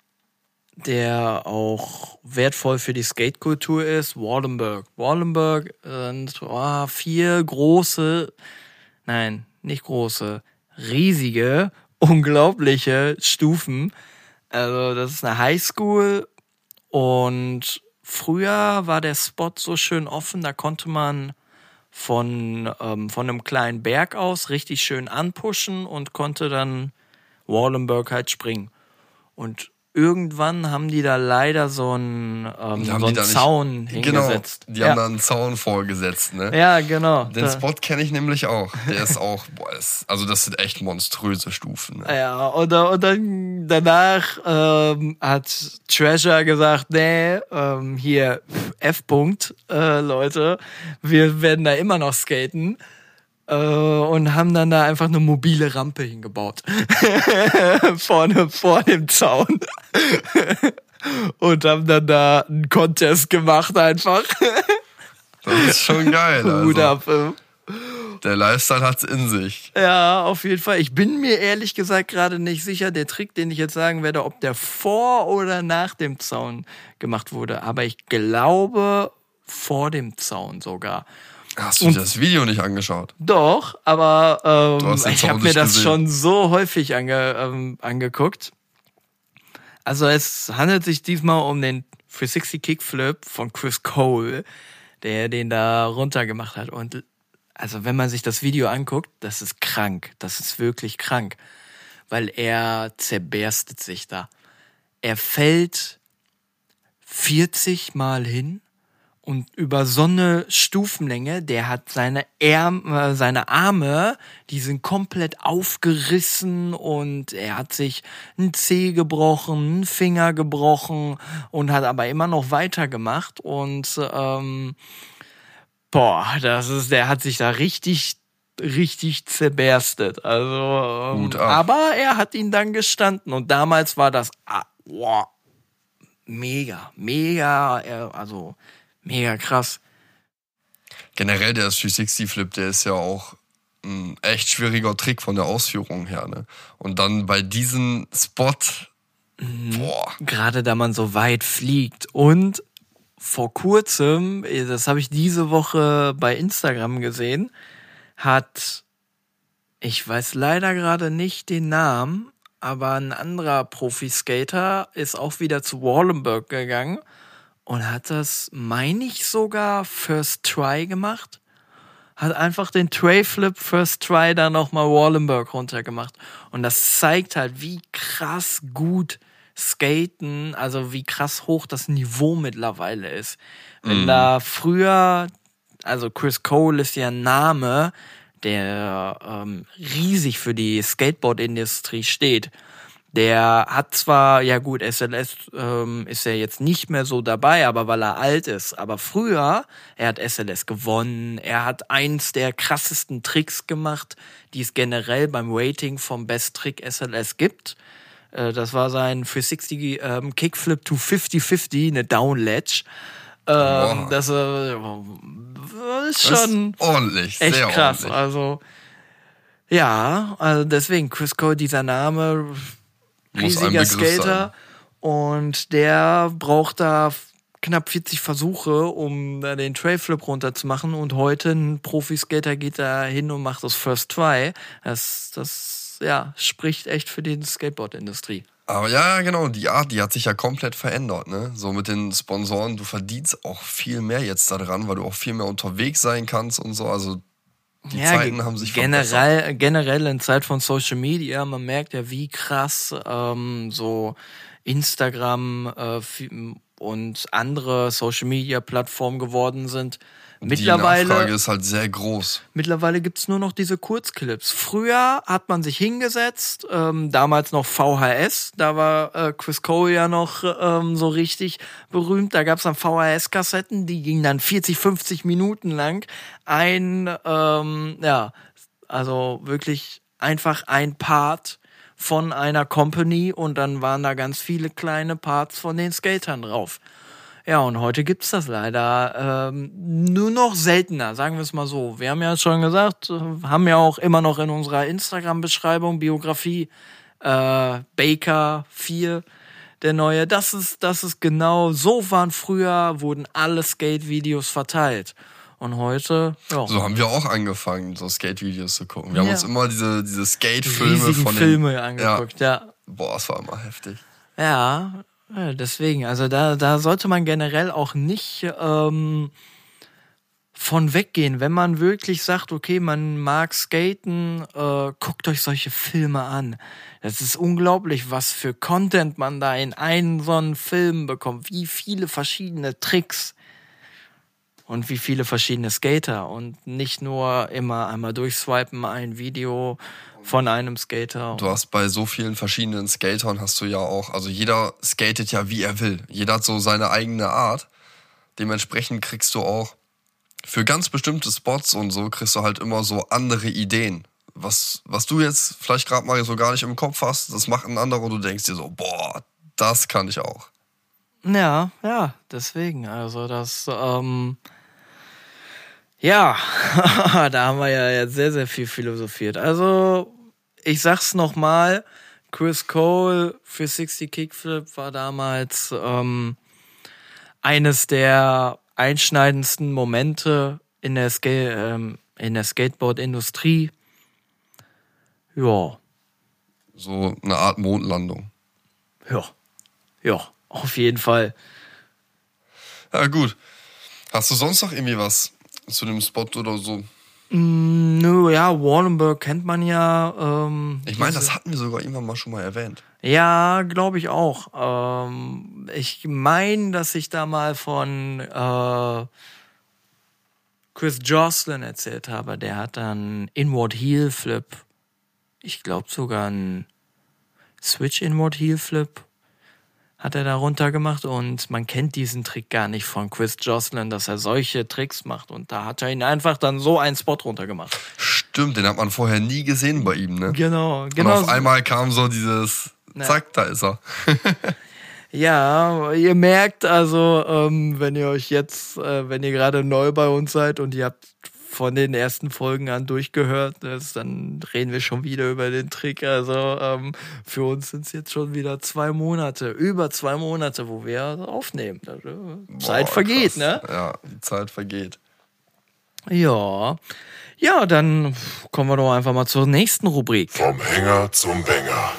der auch wertvoll für die Skatekultur ist, Wallenberg. Wallenberg sind oh, vier große, nein, nicht große, riesige, unglaubliche Stufen. Also das ist eine Highschool und früher war der Spot so schön offen, da konnte man von, ähm, von einem kleinen Berg aus richtig schön anpushen und konnte dann Wallenberg halt springen. Und irgendwann haben die da leider so einen, ähm, so einen Zaun hingesetzt. Genau, die ja. haben da einen Zaun vorgesetzt, ne? Ja, genau. Den Da- Spot kenne ich nämlich auch. Der ist auch, boah, ist, also das sind echt monströse Stufen. Ne? Ja, und, da- und dann danach ähm, hat Treasure gesagt, nee, ähm, hier F-Punkt, äh, Leute, wir werden da immer noch skaten. Äh, und haben dann da einfach eine mobile Rampe hingebaut. Vorne vor dem Zaun. Und haben dann da einen Contest gemacht einfach. Das ist schon geil. Hut Also, ab. äh. der Lifestyle hat's in sich. Ja, auf jeden Fall. Ich bin mir ehrlich gesagt gerade nicht sicher, der Trick, den ich jetzt sagen werde, ob der vor oder nach dem Zaun gemacht wurde. Aber ich glaube, vor dem Zaun sogar. Hast du dir das Video nicht angeschaut? Doch, aber Du ähm, hast den ich Zaun habe mir nicht das gesehen. schon so häufig ange, ähm, angeguckt. Also es handelt sich diesmal um den dreihundertsechzig Kickflip von Chris Cole, der den da runtergemacht hat. Und also wenn man sich das Video anguckt, das ist krank. Das ist wirklich krank. Weil er zerberstet sich da. Er fällt vierzig Mal hin und über so eine Stufenlänge, der hat seine, Ärm, seine Arme, die sind komplett aufgerissen und er hat sich einen Zeh gebrochen, einen Finger gebrochen und hat aber immer noch weitergemacht und ähm, boah, das ist, der hat sich da richtig richtig zerberstet. Also, ähm, aber er hat ihn dann gestanden und damals war das ah, wow, mega, mega, also mega krass. Generell der drei sechzig Flip, der ist ja auch ein echt schwieriger Trick von der Ausführung her, ne? Und dann bei diesem Spot, mhm. boah. Gerade da man so weit fliegt und vor kurzem, das habe ich diese Woche bei Instagram gesehen, hat, ich weiß leider gerade nicht den Namen, aber ein anderer Profiskater ist auch wieder zu Wallenberg gegangen und hat das, meine ich, sogar First Try gemacht. Hat einfach den Tray-Flip First Try da nochmal Wallenberg runtergemacht. Und das zeigt halt, wie krass gut Skaten, also wie krass hoch das Niveau mittlerweile ist. Wenn mm. da früher... Also Chris Cole ist ja ein Name, der ähm, riesig für die Skateboard-Industrie steht. Der hat zwar, ja gut, S L S ähm, ist ja jetzt nicht mehr so dabei, aber weil er alt ist. Aber früher, er hat S L S gewonnen, er hat eins der krassesten Tricks gemacht, die es generell beim Rating vom Best Trick S L S gibt. Äh, das war sein drei sechzig ähm, Kickflip to fifty fifty, eine Down Ledge. Ähm, das äh, ist schon ist ordentlich, echt sehr krass. ordentlich. Also ja, also deswegen Chris Cole, dieser Name, riesiger Skater sein. Und der braucht da knapp vierzig Versuche, um da den Trailflip runterzumachen und heute ein Profiskater geht da hin und macht das First Try. Das, das ja, spricht echt für die Skateboard-Industrie. Aber ja, genau, die Art, die hat sich ja komplett verändert, ne? So mit den Sponsoren, du verdienst auch viel mehr jetzt da dran, weil du auch viel mehr unterwegs sein kannst und so, also die ja, Zeiten ge- haben sich generell, verbessert. Generell in Zeit von Social Media, man merkt ja, wie krass ähm, so Instagram äh, und andere Social Media Plattformen geworden sind. Mittlerweile, die Nachfrage ist halt sehr groß. Mittlerweile gibt's nur noch diese Kurzclips. Früher hat man sich hingesetzt, ähm, damals noch V H S, da war äh, Chris Cole ja noch ähm, so richtig berühmt. Da gab's dann V H S-Kassetten, die gingen dann vierzig, fünfzig Minuten lang. Ein, ähm, ja, also wirklich einfach ein Part von einer Company und dann waren da ganz viele kleine Parts von den Skatern drauf. Ja, und heute gibt's das leider ähm, nur noch seltener, sagen wir es mal so. Wir haben ja schon gesagt, haben ja auch immer noch in unserer Instagram-Beschreibung, Biografie, äh, Baker vier, der neue. Das ist, das ist genau, so waren früher, wurden alle Skate-Videos verteilt. Und heute, ja. So haben wir auch angefangen, so Skate-Videos zu gucken. Wir ja. haben uns immer diese, diese Skate-Filme von den... Filme angeguckt, ja. ja. Boah, es war immer heftig. Ja, Ja, deswegen, also da, da sollte man generell auch nicht ähm, von weggehen. Wenn man wirklich sagt, okay, man mag Skaten, äh, guckt euch solche Filme an. Das ist unglaublich, was für Content man da in einen so einen Film bekommt. Wie viele verschiedene Tricks und wie viele verschiedene Skater. Und nicht nur immer einmal durchswipen, ein Video von einem Skater. Du hast bei so vielen verschiedenen Skatern hast du ja auch, also jeder skatet ja wie er will. Jeder hat so seine eigene Art. Dementsprechend kriegst du auch für ganz bestimmte Spots und so kriegst du halt immer so andere Ideen. Was, was du jetzt vielleicht gerade mal so gar nicht im Kopf hast, das macht ein anderer und du denkst dir so, boah, das kann ich auch. Ja, ja, deswegen, also das, ähm, ja, da haben wir ja jetzt sehr, sehr viel philosophiert. Also, ich sag's nochmal, Chris Cole für sechzig Kickflip war damals ähm, eines der einschneidendsten Momente in der, Ska- ähm, in der Skateboard-Industrie. Ja. So eine Art Mondlandung. Ja, ja, auf jeden Fall. Ja, gut. Hast du sonst noch irgendwie was zu dem Spot oder so? Mm, nö, ja, Wallenberg kennt man ja. Ähm, Ich meine, diese- das hatten wir sogar irgendwann mal schon mal erwähnt. Ja, glaube ich auch. Ähm, ich meine, dass ich da mal von äh, Chris Joslin erzählt habe. Der hat dann Inward Heel Flip. Ich glaube sogar ein Switch Inward Heel Flip hat er da runter gemacht. Und man kennt diesen Trick gar nicht von Chris Joslin, dass er solche Tricks macht. Und da hat er ihn einfach dann so einen Spot runter gemacht. Stimmt, den hat man vorher nie gesehen bei ihm, ne? Genau, genau. Und auf so. einmal kam so dieses, Ja. zack, da ist er. Ja, ihr merkt also, ähm, wenn ihr euch jetzt, äh, wenn ihr gerade neu bei uns seid und ihr habt von den ersten Folgen an durchgehört, das, dann reden wir schon wieder über den Trick. Also ähm, für uns sind es jetzt schon wieder zwei Monate, über zwei Monate, wo wir aufnehmen. Also, Zeit Boah, vergeht, krass. ne? Ja, die Zeit vergeht. Ja. Ja, dann kommen wir doch einfach mal zur nächsten Rubrik. Vom Hänger zum Banger.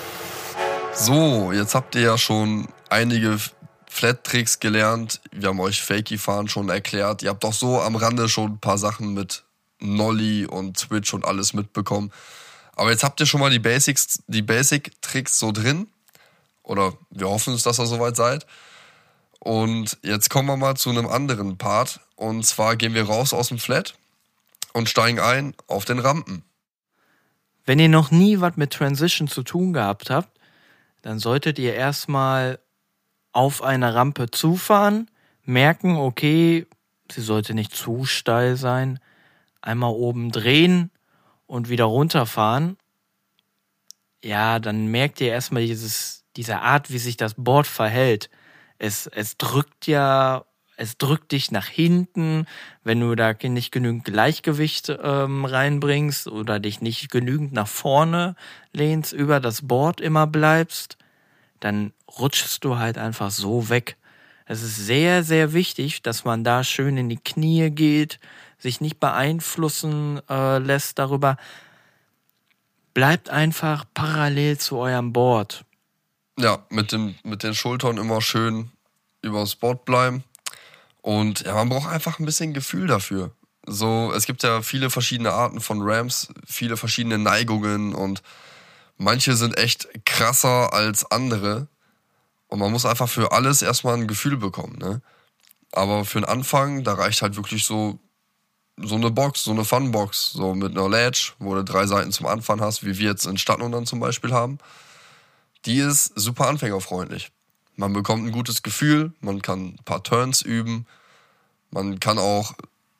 So, jetzt habt ihr ja schon einige Flat-Tricks gelernt. Wir haben euch Fakey-Fahren schon erklärt. Ihr habt auch so am Rande schon ein paar Sachen mit Nollie und Switch und alles mitbekommen. Aber jetzt habt ihr schon mal die Basics, die Basic-Tricks so drin. Oder wir hoffen es, dass ihr soweit seid. Und jetzt kommen wir mal zu einem anderen Part. Und zwar gehen wir raus aus dem Flat und steigen ein auf den Rampen. Wenn ihr noch nie was mit Transition zu tun gehabt habt, dann solltet ihr erstmal auf eine Rampe zufahren, merken, okay, sie sollte nicht zu steil sein, einmal oben drehen und wieder runterfahren. Ja, dann merkt ihr erstmal dieses, diese Art, wie sich das Board verhält. Es, es drückt ja, es drückt dich nach hinten, wenn du da nicht genügend Gleichgewicht ähm, reinbringst oder dich nicht genügend nach vorne lehnst, über das Board immer bleibst, dann rutschst du halt einfach so weg. Es ist sehr, sehr wichtig, dass man da schön in die Knie geht, sich nicht beeinflussen äh, lässt darüber. Bleibt einfach parallel zu eurem Board. Ja, mit, dem, mit den Schultern immer schön übers Board bleiben. Und ja, man braucht einfach ein bisschen Gefühl dafür. So, es gibt ja viele verschiedene Arten von Ramps, viele verschiedene Neigungen und manche sind echt krasser als andere. Und man muss einfach für alles erstmal ein Gefühl bekommen, ne? Aber für den Anfang, da reicht halt wirklich so, so eine Box, so eine Funbox, so mit einer Ledge, wo du drei Seiten zum Anfahren hast, wie wir jetzt in Stadtnundern zum Beispiel haben. Die ist super anfängerfreundlich. Man bekommt ein gutes Gefühl, man kann ein paar Turns üben, man kann auch,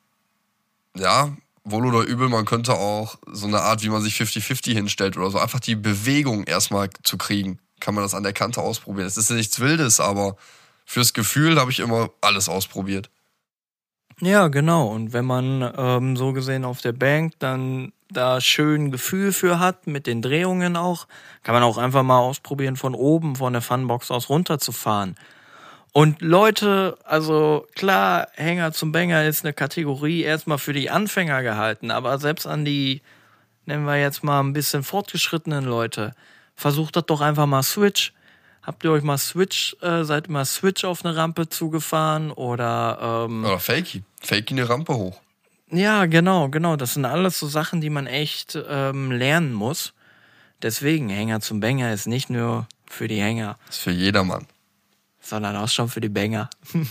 ja, wohl oder übel, man könnte auch so eine Art, wie man sich fünfzig fünfzig hinstellt oder so, einfach die Bewegung erstmal zu kriegen, kann man das an der Kante ausprobieren. Es ist ja nichts Wildes, aber fürs Gefühl habe ich immer alles ausprobiert. Ja, genau. Und wenn man ähm, so gesehen auf der Bank dann da schön Gefühl für hat, mit den Drehungen auch, kann man auch einfach mal ausprobieren, von oben, von der Funbox aus runterzufahren. Und Leute, also klar, Hänger zum Banger ist eine Kategorie erstmal für die Anfänger gehalten, aber selbst an die, nennen wir jetzt mal ein bisschen fortgeschrittenen Leute, versucht das doch einfach mal Switch. Habt ihr euch mal Switch, äh, seid ihr mal Switch auf eine Rampe zugefahren oder ähm, Oder Fakey. Fakey eine Rampe hoch. ja, genau, genau. Das sind alles so Sachen, die man echt ähm, lernen muss. Deswegen, Hänger zum Banger ist nicht nur für die Hänger, Das ist für jedermann. sondern auch schon für die Banger.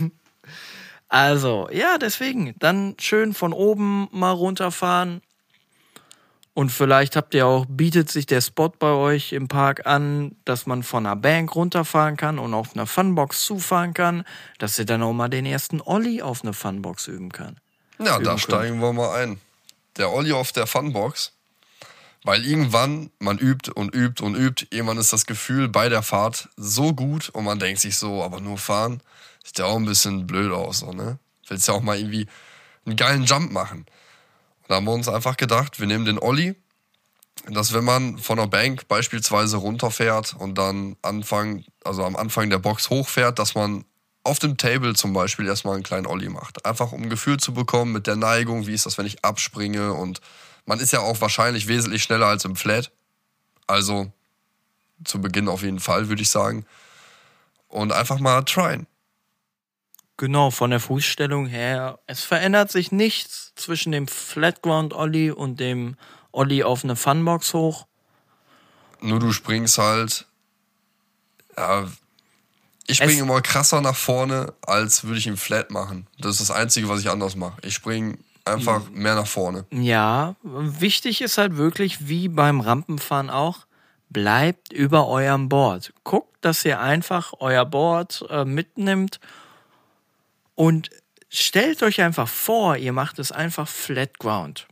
Also, ja, deswegen, dann schön von oben mal runterfahren. Und vielleicht habt ihr auch, bietet sich der Spot bei euch im Park an, dass man von einer Bank runterfahren kann und auf einer Funbox zufahren kann, dass ihr dann auch mal den ersten Ollie auf eine Funbox üben kann. Ja, Üben da können. steigen wir mal ein. Der Olli auf der Funbox. Weil irgendwann, man übt und übt und übt, irgendwann ist das Gefühl bei der Fahrt so gut und man denkt sich so, aber nur fahren, sieht ja auch ein bisschen blöd aus, so, ne? Willst ja auch mal irgendwie einen geilen Jump machen. Und da haben wir uns einfach gedacht, wir nehmen den Olli, dass wenn man von der Bank beispielsweise runterfährt und dann Anfang, also am Anfang der Box hochfährt, dass man auf dem Table zum Beispiel erstmal einen kleinen Olli macht. Einfach um ein Gefühl zu bekommen mit der Neigung, wie ist das, wenn ich abspringe, und man ist ja auch wahrscheinlich wesentlich schneller als im Flat. Also zu Beginn auf jeden Fall, würde ich sagen. Und einfach mal tryen. Genau, von der Fußstellung her. Es verändert sich nichts zwischen dem Flatground Ollie und dem Ollie auf eine Funbox hoch. Nur du springst halt, ja, ich Es- springe immer krasser nach vorne, als würde ich ihn flat machen. Das ist das Einzige, was ich anders mache. Ich springe einfach mehr nach vorne. Ja, wichtig ist halt wirklich, wie beim Rampenfahren auch, bleibt über eurem Board. Guckt, dass ihr einfach euer Board äh, mitnimmt und stellt euch einfach vor, ihr macht es einfach Flat Ground.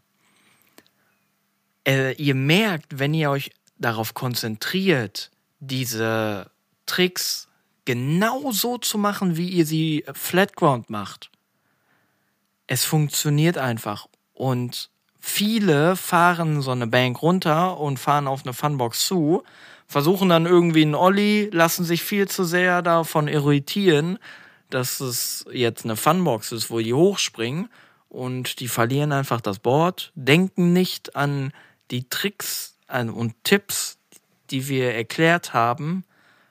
Äh, ihr merkt, wenn ihr euch darauf konzentriert, diese Tricks genau so zu machen, wie ihr sie Flat Ground macht. Es funktioniert einfach. Und viele fahren so eine Bank runter und fahren auf eine Funbox zu, versuchen dann irgendwie einen Ollie, lassen sich viel zu sehr davon irritieren, dass es jetzt eine Funbox ist, wo die hochspringen, und die verlieren einfach das Board, denken nicht an die Tricks an und Tipps, die wir erklärt haben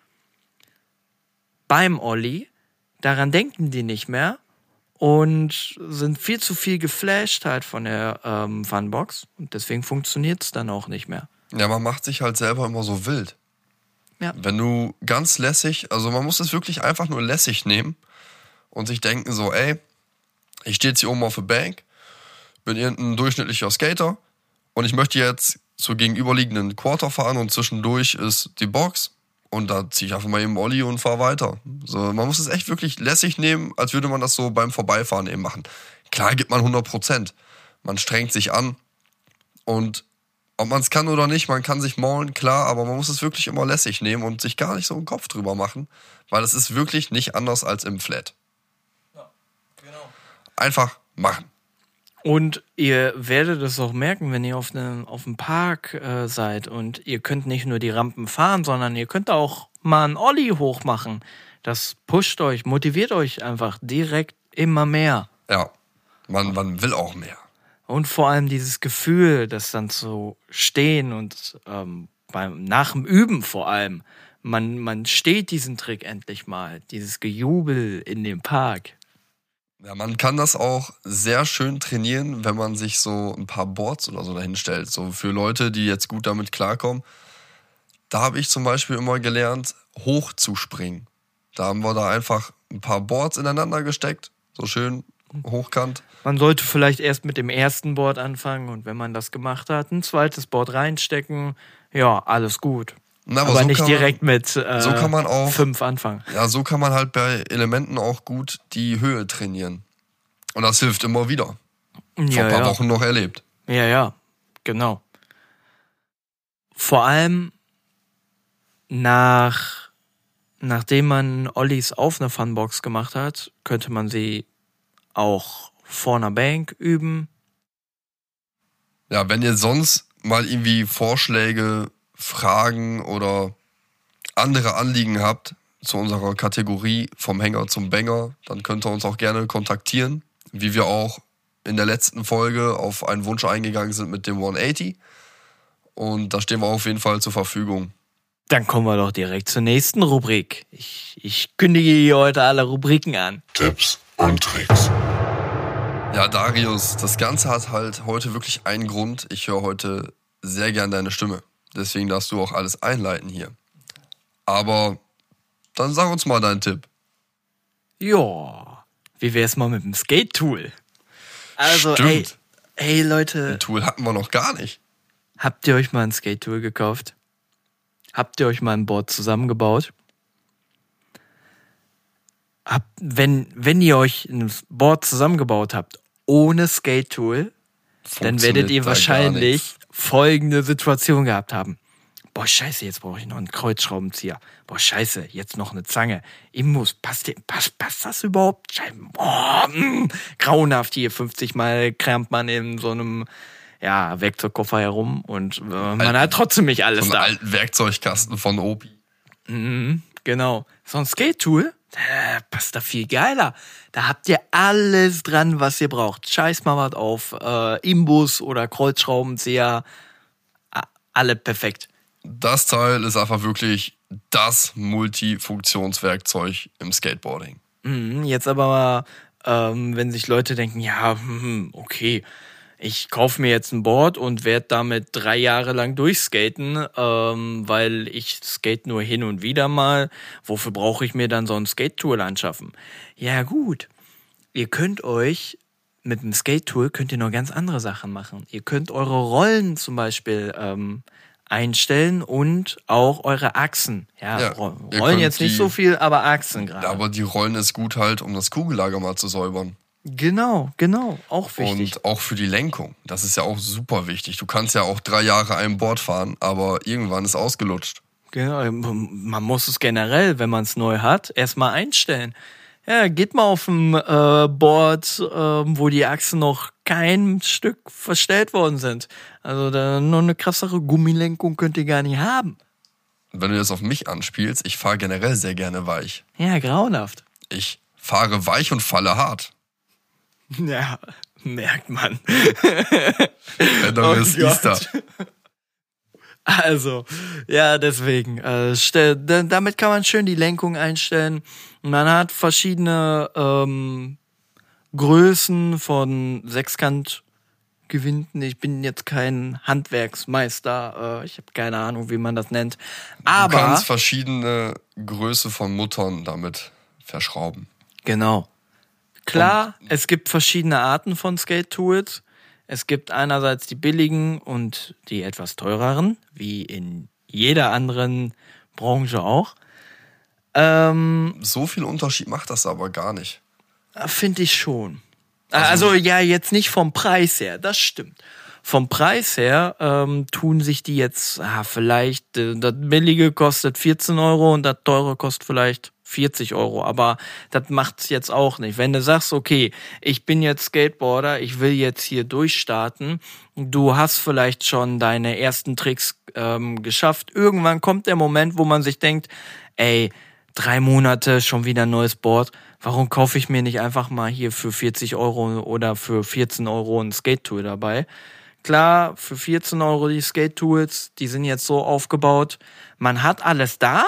beim Ollie. Daran denken die nicht mehr und sind viel zu viel geflasht halt von der ähm, Funbox, und deswegen funktioniert es dann auch nicht mehr. Ja, man macht sich halt selber immer so wild. Ja. Wenn du ganz lässig, also man muss es wirklich einfach nur lässig nehmen und sich denken so, ey, ich stehe jetzt hier oben auf der Bank, bin irgendein durchschnittlicher Skater und ich möchte jetzt zur gegenüberliegenden Quarter fahren und zwischendurch ist die Box und da ziehe ich einfach mal eben Ollie und fahre weiter. So, man muss es echt wirklich lässig nehmen, als würde man das so beim Vorbeifahren eben machen. Klar gibt man hundert Prozent. Man strengt sich an und ob man es kann oder nicht, man kann sich maulen, klar, aber man muss es wirklich immer lässig nehmen und sich gar nicht so einen Kopf drüber machen, weil es ist wirklich nicht anders als im Flat. Ja, genau. Einfach machen. Und ihr werdet es auch merken, wenn ihr auf einem auf dem Park äh, seid und ihr könnt nicht nur die Rampen fahren, sondern ihr könnt auch mal einen Ollie hochmachen. Das pusht euch, motiviert euch einfach direkt immer mehr. Ja, man, man will auch mehr. Und vor allem dieses Gefühl, das dann zu stehen und ähm, beim, nach dem Üben vor allem, man, man steht diesen Trick endlich mal, dieses Gejubel in dem Park. Ja, man kann das auch sehr schön trainieren, wenn man sich so ein paar Boards oder so dahin stellt. So für Leute, die jetzt gut damit klarkommen. Da habe ich zum Beispiel immer gelernt, hoch zu springen. Da haben wir da einfach ein paar Boards ineinander gesteckt, so schön hochkant. Man sollte vielleicht erst mit dem ersten Board anfangen und wenn man das gemacht hat, ein zweites Board reinstecken. Ja, alles gut. Na, aber aber so nicht kann direkt man, mit äh, so kann man auch, fünf anfangen. Ja, so kann man halt bei Elementen auch gut die Höhe trainieren. Und das hilft immer wieder. Vor Ja, ein paar ja. Wochen noch erlebt. Ja, ja, genau. Vor allem nach, nachdem man Ollies auf einer Funbox gemacht hat, könnte man sie auch vor einer Bank üben. Ja, wenn ihr sonst mal irgendwie Vorschläge, Fragen oder andere Anliegen habt zu unserer Kategorie vom Hänger zum Banger, dann könnt ihr uns auch gerne kontaktieren, wie wir auch in der letzten Folge auf einen Wunsch eingegangen sind mit dem hundertachtzig. Und da stehen wir auf jeden Fall zur Verfügung. Dann kommen wir doch direkt zur nächsten Rubrik. Ich, ich kündige hier heute alle Rubriken an. Tipps und Tricks. Ja, Darius, das Ganze hat halt heute wirklich einen Grund. Ich höre heute sehr gern deine Stimme. Deswegen darfst du auch alles einleiten hier. Aber dann sag uns mal deinen Tipp. Ja, wie wär's mal mit dem Skate-Tool? Also, Stimmt. ey, ey Leute, Ein Tool hatten wir noch gar nicht. habt ihr euch mal ein Skate-Tool gekauft? Habt ihr euch mal ein Board zusammengebaut? Habt, wenn, wenn ihr euch ein Board zusammengebaut habt ohne Skate-Tool, dann werdet ihr Funktioniert da gar wahrscheinlich nichts. folgende Situation gehabt haben. Boah, scheiße, jetzt brauche ich noch einen Kreuzschraubenzieher. Boah, scheiße, jetzt noch eine Zange. Imbus, passt, der- passt, passt das überhaupt? Scheiße, boah, mh, grauenhaft hier. fünfzig Mal kramt man in so einem ja, Werkzeugkoffer herum und äh, man Alten- hat trotzdem nicht alles So da. einen alten Werkzeugkasten von Opi. Mhm, genau. So ein Skate-Tool, äh, passt da viel geiler. Da habt ihr alles dran, was ihr braucht. Scheiß mal was auf äh, Imbus oder Kreuzschraubenzieher. Ah, alle perfekt. Das Teil ist einfach wirklich das Multifunktionswerkzeug im Skateboarding. Mhm, jetzt aber mal, ähm, wenn sich Leute denken, ja, hm, okay, ich kaufe mir jetzt ein Board und werde damit drei Jahre lang durchskaten, ähm, weil ich skate nur hin und wieder mal. Wofür brauche ich mir dann so ein Skate-Tool anschaffen? Ja gut, ihr könnt euch mit dem Skate-Tool könnt ihr noch ganz andere Sachen machen. Ihr könnt eure Rollen zum Beispiel ähm, einstellen und auch eure Achsen. Ja, Ja, Ro- ihr Rollen könnt jetzt nicht die- so viel, aber Achsen gerade. Aber die Rollen ist gut halt, um das Kugellager mal zu säubern. Genau, genau, auch wichtig. Und auch für die Lenkung. Das ist ja auch super wichtig. Du kannst ja auch drei Jahre ein Board fahren, aber irgendwann ist ausgelutscht. Genau, man muss es generell, wenn man es neu hat, erstmal einstellen. Ja, geht mal auf ein äh, Board, äh, wo die Achsen noch kein Stück verstellt worden sind. Also da noch eine krassere Gummilenkung könnt ihr gar nicht haben. Wenn du das auf mich anspielst, ich fahre generell sehr gerne weich. Ja, grauenhaft. Ich fahre weich und falle hart. Ja, merkt man. Wenn du Oh bist, ist da. Gott. Also, ja, deswegen. Äh, stell, d- damit kann man schön die Lenkung einstellen. Man hat verschiedene ähm, Größen von Sechskantgewinden. Ich bin jetzt kein Handwerksmeister. Äh, ich habe keine Ahnung, wie man das nennt. Du Aber kannst verschiedene Größe von Muttern damit verschrauben. genau. Klar, es gibt verschiedene Arten von Skate-Tools. Es gibt einerseits die billigen und die etwas teureren, wie in jeder anderen Branche auch. Ähm, So viel Unterschied macht das aber gar nicht. finde ich schon. Also, ja, jetzt nicht vom Preis her, das stimmt. Vom Preis her ähm, tun sich die jetzt, ah, vielleicht, äh, das billige kostet vierzehn Euro und das teure kostet vielleicht vierzig Euro, aber das macht's jetzt auch nicht. Wenn du sagst, okay, ich bin jetzt Skateboarder, ich will jetzt hier durchstarten, du hast vielleicht schon deine ersten Tricks ähm, geschafft, irgendwann kommt der Moment, wo man sich denkt, ey, drei Monate, schon wieder ein neues Board, warum kaufe ich mir nicht einfach mal hier für vierzig Euro oder für vierzehn Euro ein Skate-Tool dabei? Klar, für vierzehn Euro die Skate-Tools, die sind jetzt so aufgebaut, man hat alles da,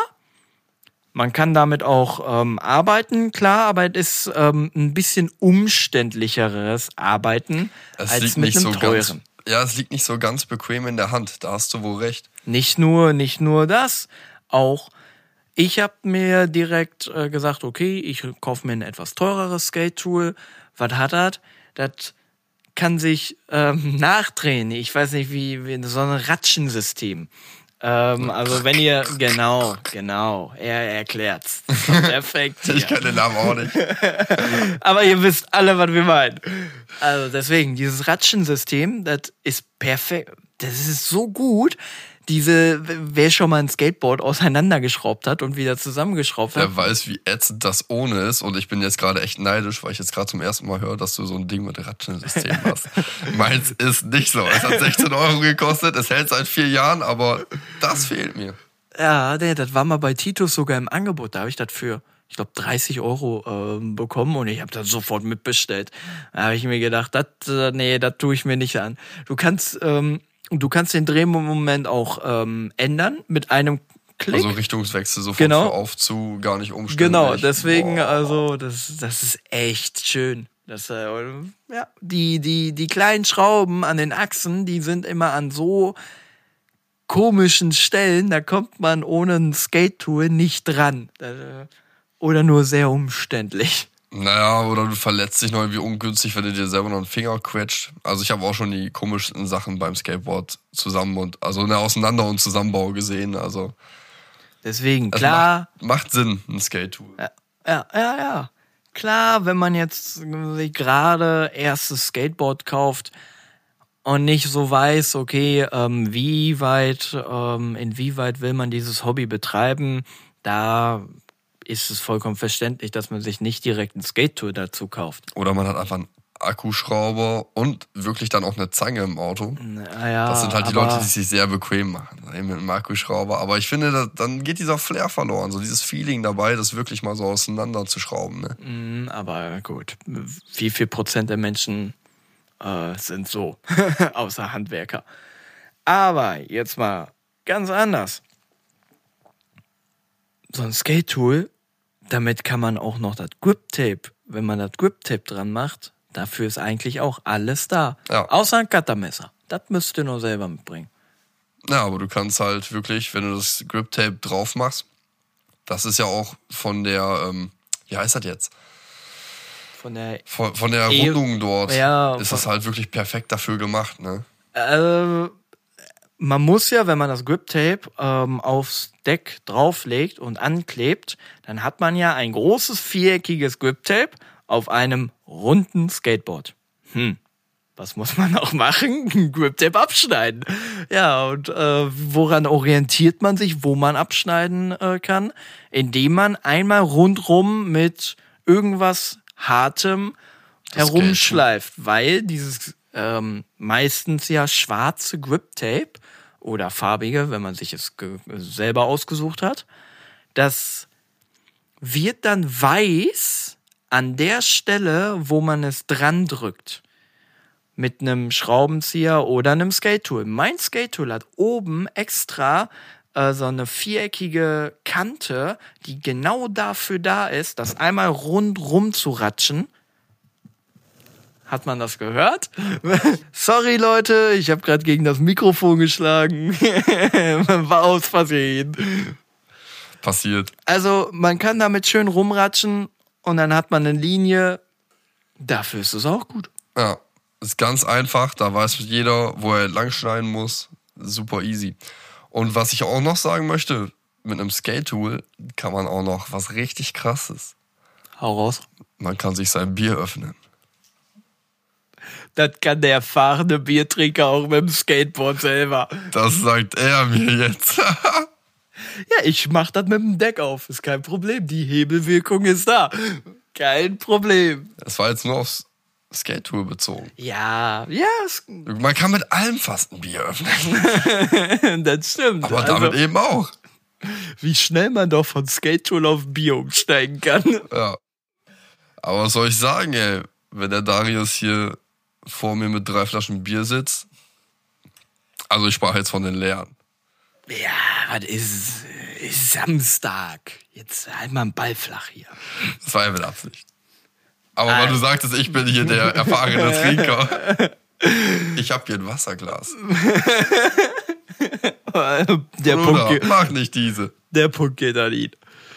man kann damit auch ähm, arbeiten, klar, aber es ist ähm, ein bisschen umständlicheres Arbeiten Es als liegt mit nicht einem so teuren. ganz. Ja, es liegt nicht so ganz bequem in der Hand. Da hast du wohl recht. Nicht nur, nicht nur das, auch ich habe mir direkt äh, gesagt, okay, ich kaufe mir ein etwas teureres Skate-Tool. Was hat das? Das kann sich ähm, nachdrehen. Ich weiß nicht, wie, wie so ein Ratschensystem. Ähm, also wenn ihr, genau, genau, er erklärt's. Perfekt. Ich hier. kann den Namen auch nicht. Aber ihr wisst alle, was wir meinen. Also deswegen, dieses Ratschensystem, das ist perfekt. Das ist so gut. Diese, wer schon mal ein Skateboard auseinandergeschraubt hat und wieder zusammengeschraubt hat. Der weiß, wie ätzend das ohne ist. Und ich bin jetzt gerade echt neidisch, weil ich jetzt gerade zum ersten Mal höre, dass du so ein Ding mit Ratschensystem hast. Meins ist nicht so. Es hat sechzehn Euro gekostet, es hält seit vier Jahren, aber das fehlt mir. Ja, nee, das war mal bei Titus sogar im Angebot. Da habe ich das für, ich glaube, dreißig Euro ähm, bekommen und ich habe das sofort mitbestellt. Da habe ich mir gedacht, das, äh, nee, das tue ich mir nicht an. Du kannst, ähm, du kannst den Drehmoment auch ähm, ändern mit einem Klick. Also Richtungswechsel sofort Genau. von auf zu, gar nicht umständlich. Genau, deswegen, Boah. also, das, das ist echt schön. Das, äh, ja, die, die, die kleinen Schrauben an den Achsen, die sind immer an so komischen Stellen, da kommt man ohne ein Skate-Tool nicht dran. Das, äh, oder nur sehr umständlich. Naja, oder du verletzt dich noch irgendwie ungünstig, wenn du dir selber noch einen Finger quetscht. Also ich habe auch schon die komischsten Sachen beim Skateboard zusammen und also eine Auseinander- und Zusammenbau gesehen. Also Deswegen, es klar. macht, macht Sinn, ein Skate-Tool. Ja, ja, ja, ja. Klar, wenn man jetzt sich gerade erstes Skateboard kauft und nicht so weiß, okay, ähm, wie weit, ähm, inwieweit will man dieses Hobby betreiben, da ist es vollkommen verständlich, dass man sich nicht direkt ein Skate-Tool dazu kauft. Oder man hat einfach einen Akkuschrauber und wirklich dann auch eine Zange im Auto. Naja, Das sind halt die aber Leute, die es sich sehr bequem machen, eben mit einem Akkuschrauber. Aber ich finde, da, dann geht dieser Flair verloren, so dieses Feeling dabei, das wirklich mal so auseinanderzuschrauben. Ne? Mm, aber gut, wie viel Prozent der Menschen äh, sind so, außer Handwerker. Aber jetzt mal ganz anders. So ein Skate-Tool damit kann man auch noch das Grip-Tape, wenn man das Grip-Tape dran macht, dafür ist eigentlich auch alles da. Ja. Außer ein Cuttermesser. Das müsst ihr nur selber mitbringen. Ja, aber du kannst halt wirklich, wenn du das Grip-Tape drauf machst, das ist ja auch von der, ähm, wie heißt das jetzt? Von der Von, von der E- Rundung dort Ja, ist von- das halt wirklich perfekt dafür gemacht, ne? Äh, man muss ja, wenn man das Grip-Tape ähm, aufs Deck drauflegt und anklebt, dann hat man ja ein großes viereckiges Grip-Tape auf einem runden Skateboard. Hm, was muss man auch machen? Grip-Tape abschneiden. Ja, und äh, woran orientiert man sich, wo man abschneiden äh, kann? Indem man einmal rundrum mit irgendwas Hartem herumschleift, weil dieses ähm, meistens ja schwarze Grip-Tape oder farbige, wenn man sich es ge- selber ausgesucht hat, das wird dann weiß an der Stelle, wo man es dran drückt. Mit einem Schraubenzieher oder einem Skate-Tool. Mein Skate-Tool hat oben extra äh, so eine viereckige Kante, die genau dafür da ist, das einmal rundrum zu ratschen. Hat man das gehört? Sorry, Leute, ich habe gerade gegen das Mikrofon geschlagen. War aus Versehen. Passiert. Also, man kann damit schön rumratschen und dann hat man eine Linie. Dafür ist es auch gut. Ja, ist ganz einfach, da weiß jeder, wo er lang schneiden muss. Super easy. Und was ich auch noch sagen möchte, mit einem Skate-Tool kann man auch noch was richtig Krasses. Hau raus. Man kann sich sein Bier öffnen. Das kann der erfahrene Biertrinker auch mit dem Skateboard selber. Das sagt er mir jetzt. Ja, ich mach das mit dem Deck auf. Ist kein Problem. Die Hebelwirkung ist da. Kein Problem. Das war jetzt nur aufs Skate-Tool bezogen. Ja, ja, es- Man kann mit allem fast ein Bier öffnen. das stimmt. Aber damit also, eben auch. wie schnell man doch von Skate-Tool auf Bier umsteigen kann. Ja. Aber was soll ich sagen, ey? Wenn der Darius hier vor mir mit drei Flaschen Bier sitzt. Also ich sprach jetzt von den leeren. Ja, was ist, ist Samstag. Jetzt halt mal einen Ball flach hier. Das war ja mit Absicht. Aber weil du sagtest, ich bin hier der erfahrene Trinker. Ich hab hier ein Wasserglas. Der Bruder, Punkt, geht, mach nicht diese. der Punkt geht an ihn.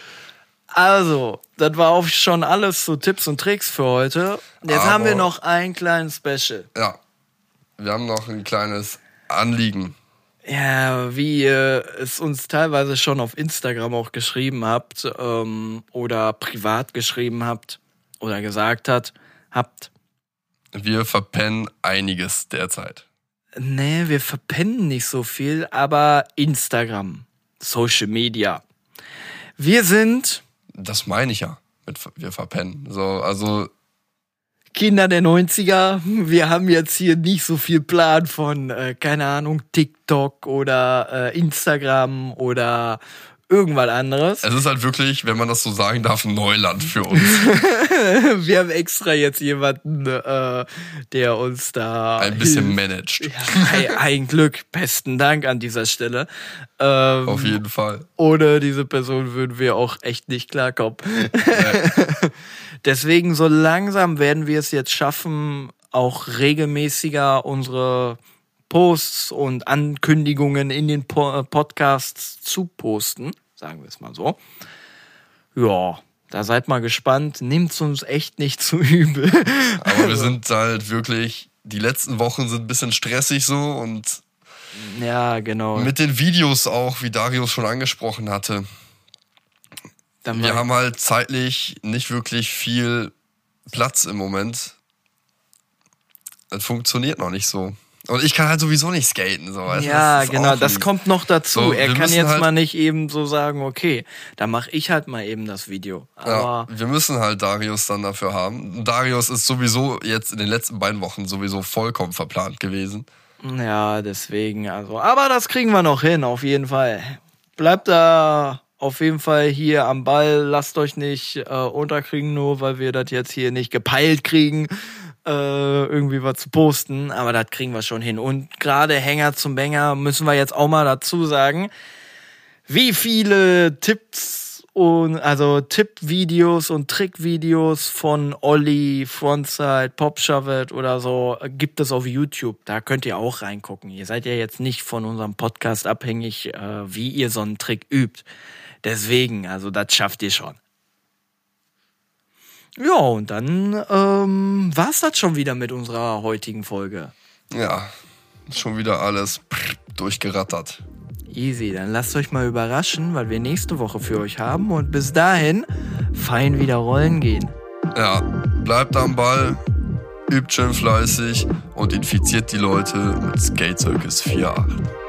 Also, das war auch schon alles so Tipps und Tricks für heute. Jetzt Aber- haben wir noch ein kleines Special. Ja. Wir haben noch ein kleines Anliegen. Ja, wie ihr es uns teilweise schon auf Instagram auch geschrieben habt ähm, oder privat geschrieben habt oder gesagt hat, habt. Wir verpennen einiges derzeit. Nee, wir verpennen nicht so viel, aber Instagram, Social Media. Wir sind Das meine ich ja. Mit wir verpennen. So, also Kinder der neunziger. Wir haben jetzt hier nicht so viel Plan von, äh, keine Ahnung, TikTok oder äh, Instagram oder irgendwas anderes. es ist halt wirklich, wenn man das so sagen darf, ein Neuland für uns. Wir haben extra jetzt jemanden, äh, der uns da Ein bisschen hilft. managed. Ja, ein, ein Glück. Besten Dank an dieser Stelle. Ähm, Auf jeden Fall. Ohne diese Person würden wir auch echt nicht klarkommen. Deswegen so langsam werden wir es jetzt schaffen, auch regelmäßiger unsere Posts und Ankündigungen in den po- Podcasts zu posten. Sagen wir es mal so. Ja, da seid mal gespannt. Nehmt's uns echt nicht zu übel. Aber wir sind halt wirklich, die letzten Wochen sind ein bisschen stressig so und Ja, genau. mit den Videos auch, wie Darius schon angesprochen hatte. Dann Wir war- haben halt zeitlich nicht wirklich viel Platz im Moment. Das funktioniert noch nicht so. Und ich kann halt sowieso nicht skaten. So. weißt du? Ja, Das ist genau, auch das ein- kommt noch dazu. So, er wir kann müssen jetzt halt- mal nicht eben so sagen, okay, dann mache ich halt mal eben das Video. Ja, Aber wir müssen halt Darius dann dafür haben. Darius ist sowieso jetzt in den letzten beiden Wochen sowieso vollkommen verplant gewesen. ja, deswegen, also. Aber das kriegen wir noch hin, auf jeden Fall. Bleibt da auf jeden Fall hier am Ball. Lasst euch nicht äh, unterkriegen, nur weil wir das jetzt hier nicht gepeilt kriegen, äh, irgendwie was zu posten. Aber das kriegen wir schon hin. Und gerade Hänger zum Bänger müssen wir jetzt auch mal dazu sagen, wie viele Tipps und also Tippvideos und Trickvideos von Olli, Frontside, Popshovet oder so gibt es auf YouTube. Da könnt ihr auch reingucken. Ihr seid ja jetzt nicht von unserem Podcast abhängig, äh, wie ihr so einen Trick übt. Deswegen, also das schafft ihr schon. Ja, und dann ähm, war's das schon wieder mit unserer heutigen Folge. Ja, schon wieder alles durchgerattert. Easy, dann lasst euch mal überraschen, weil wir nächste Woche für euch haben. Und bis dahin, fein wieder rollen gehen. Ja, bleibt am Ball, übt schön fleißig und infiziert die Leute mit Skate Circus vier acht.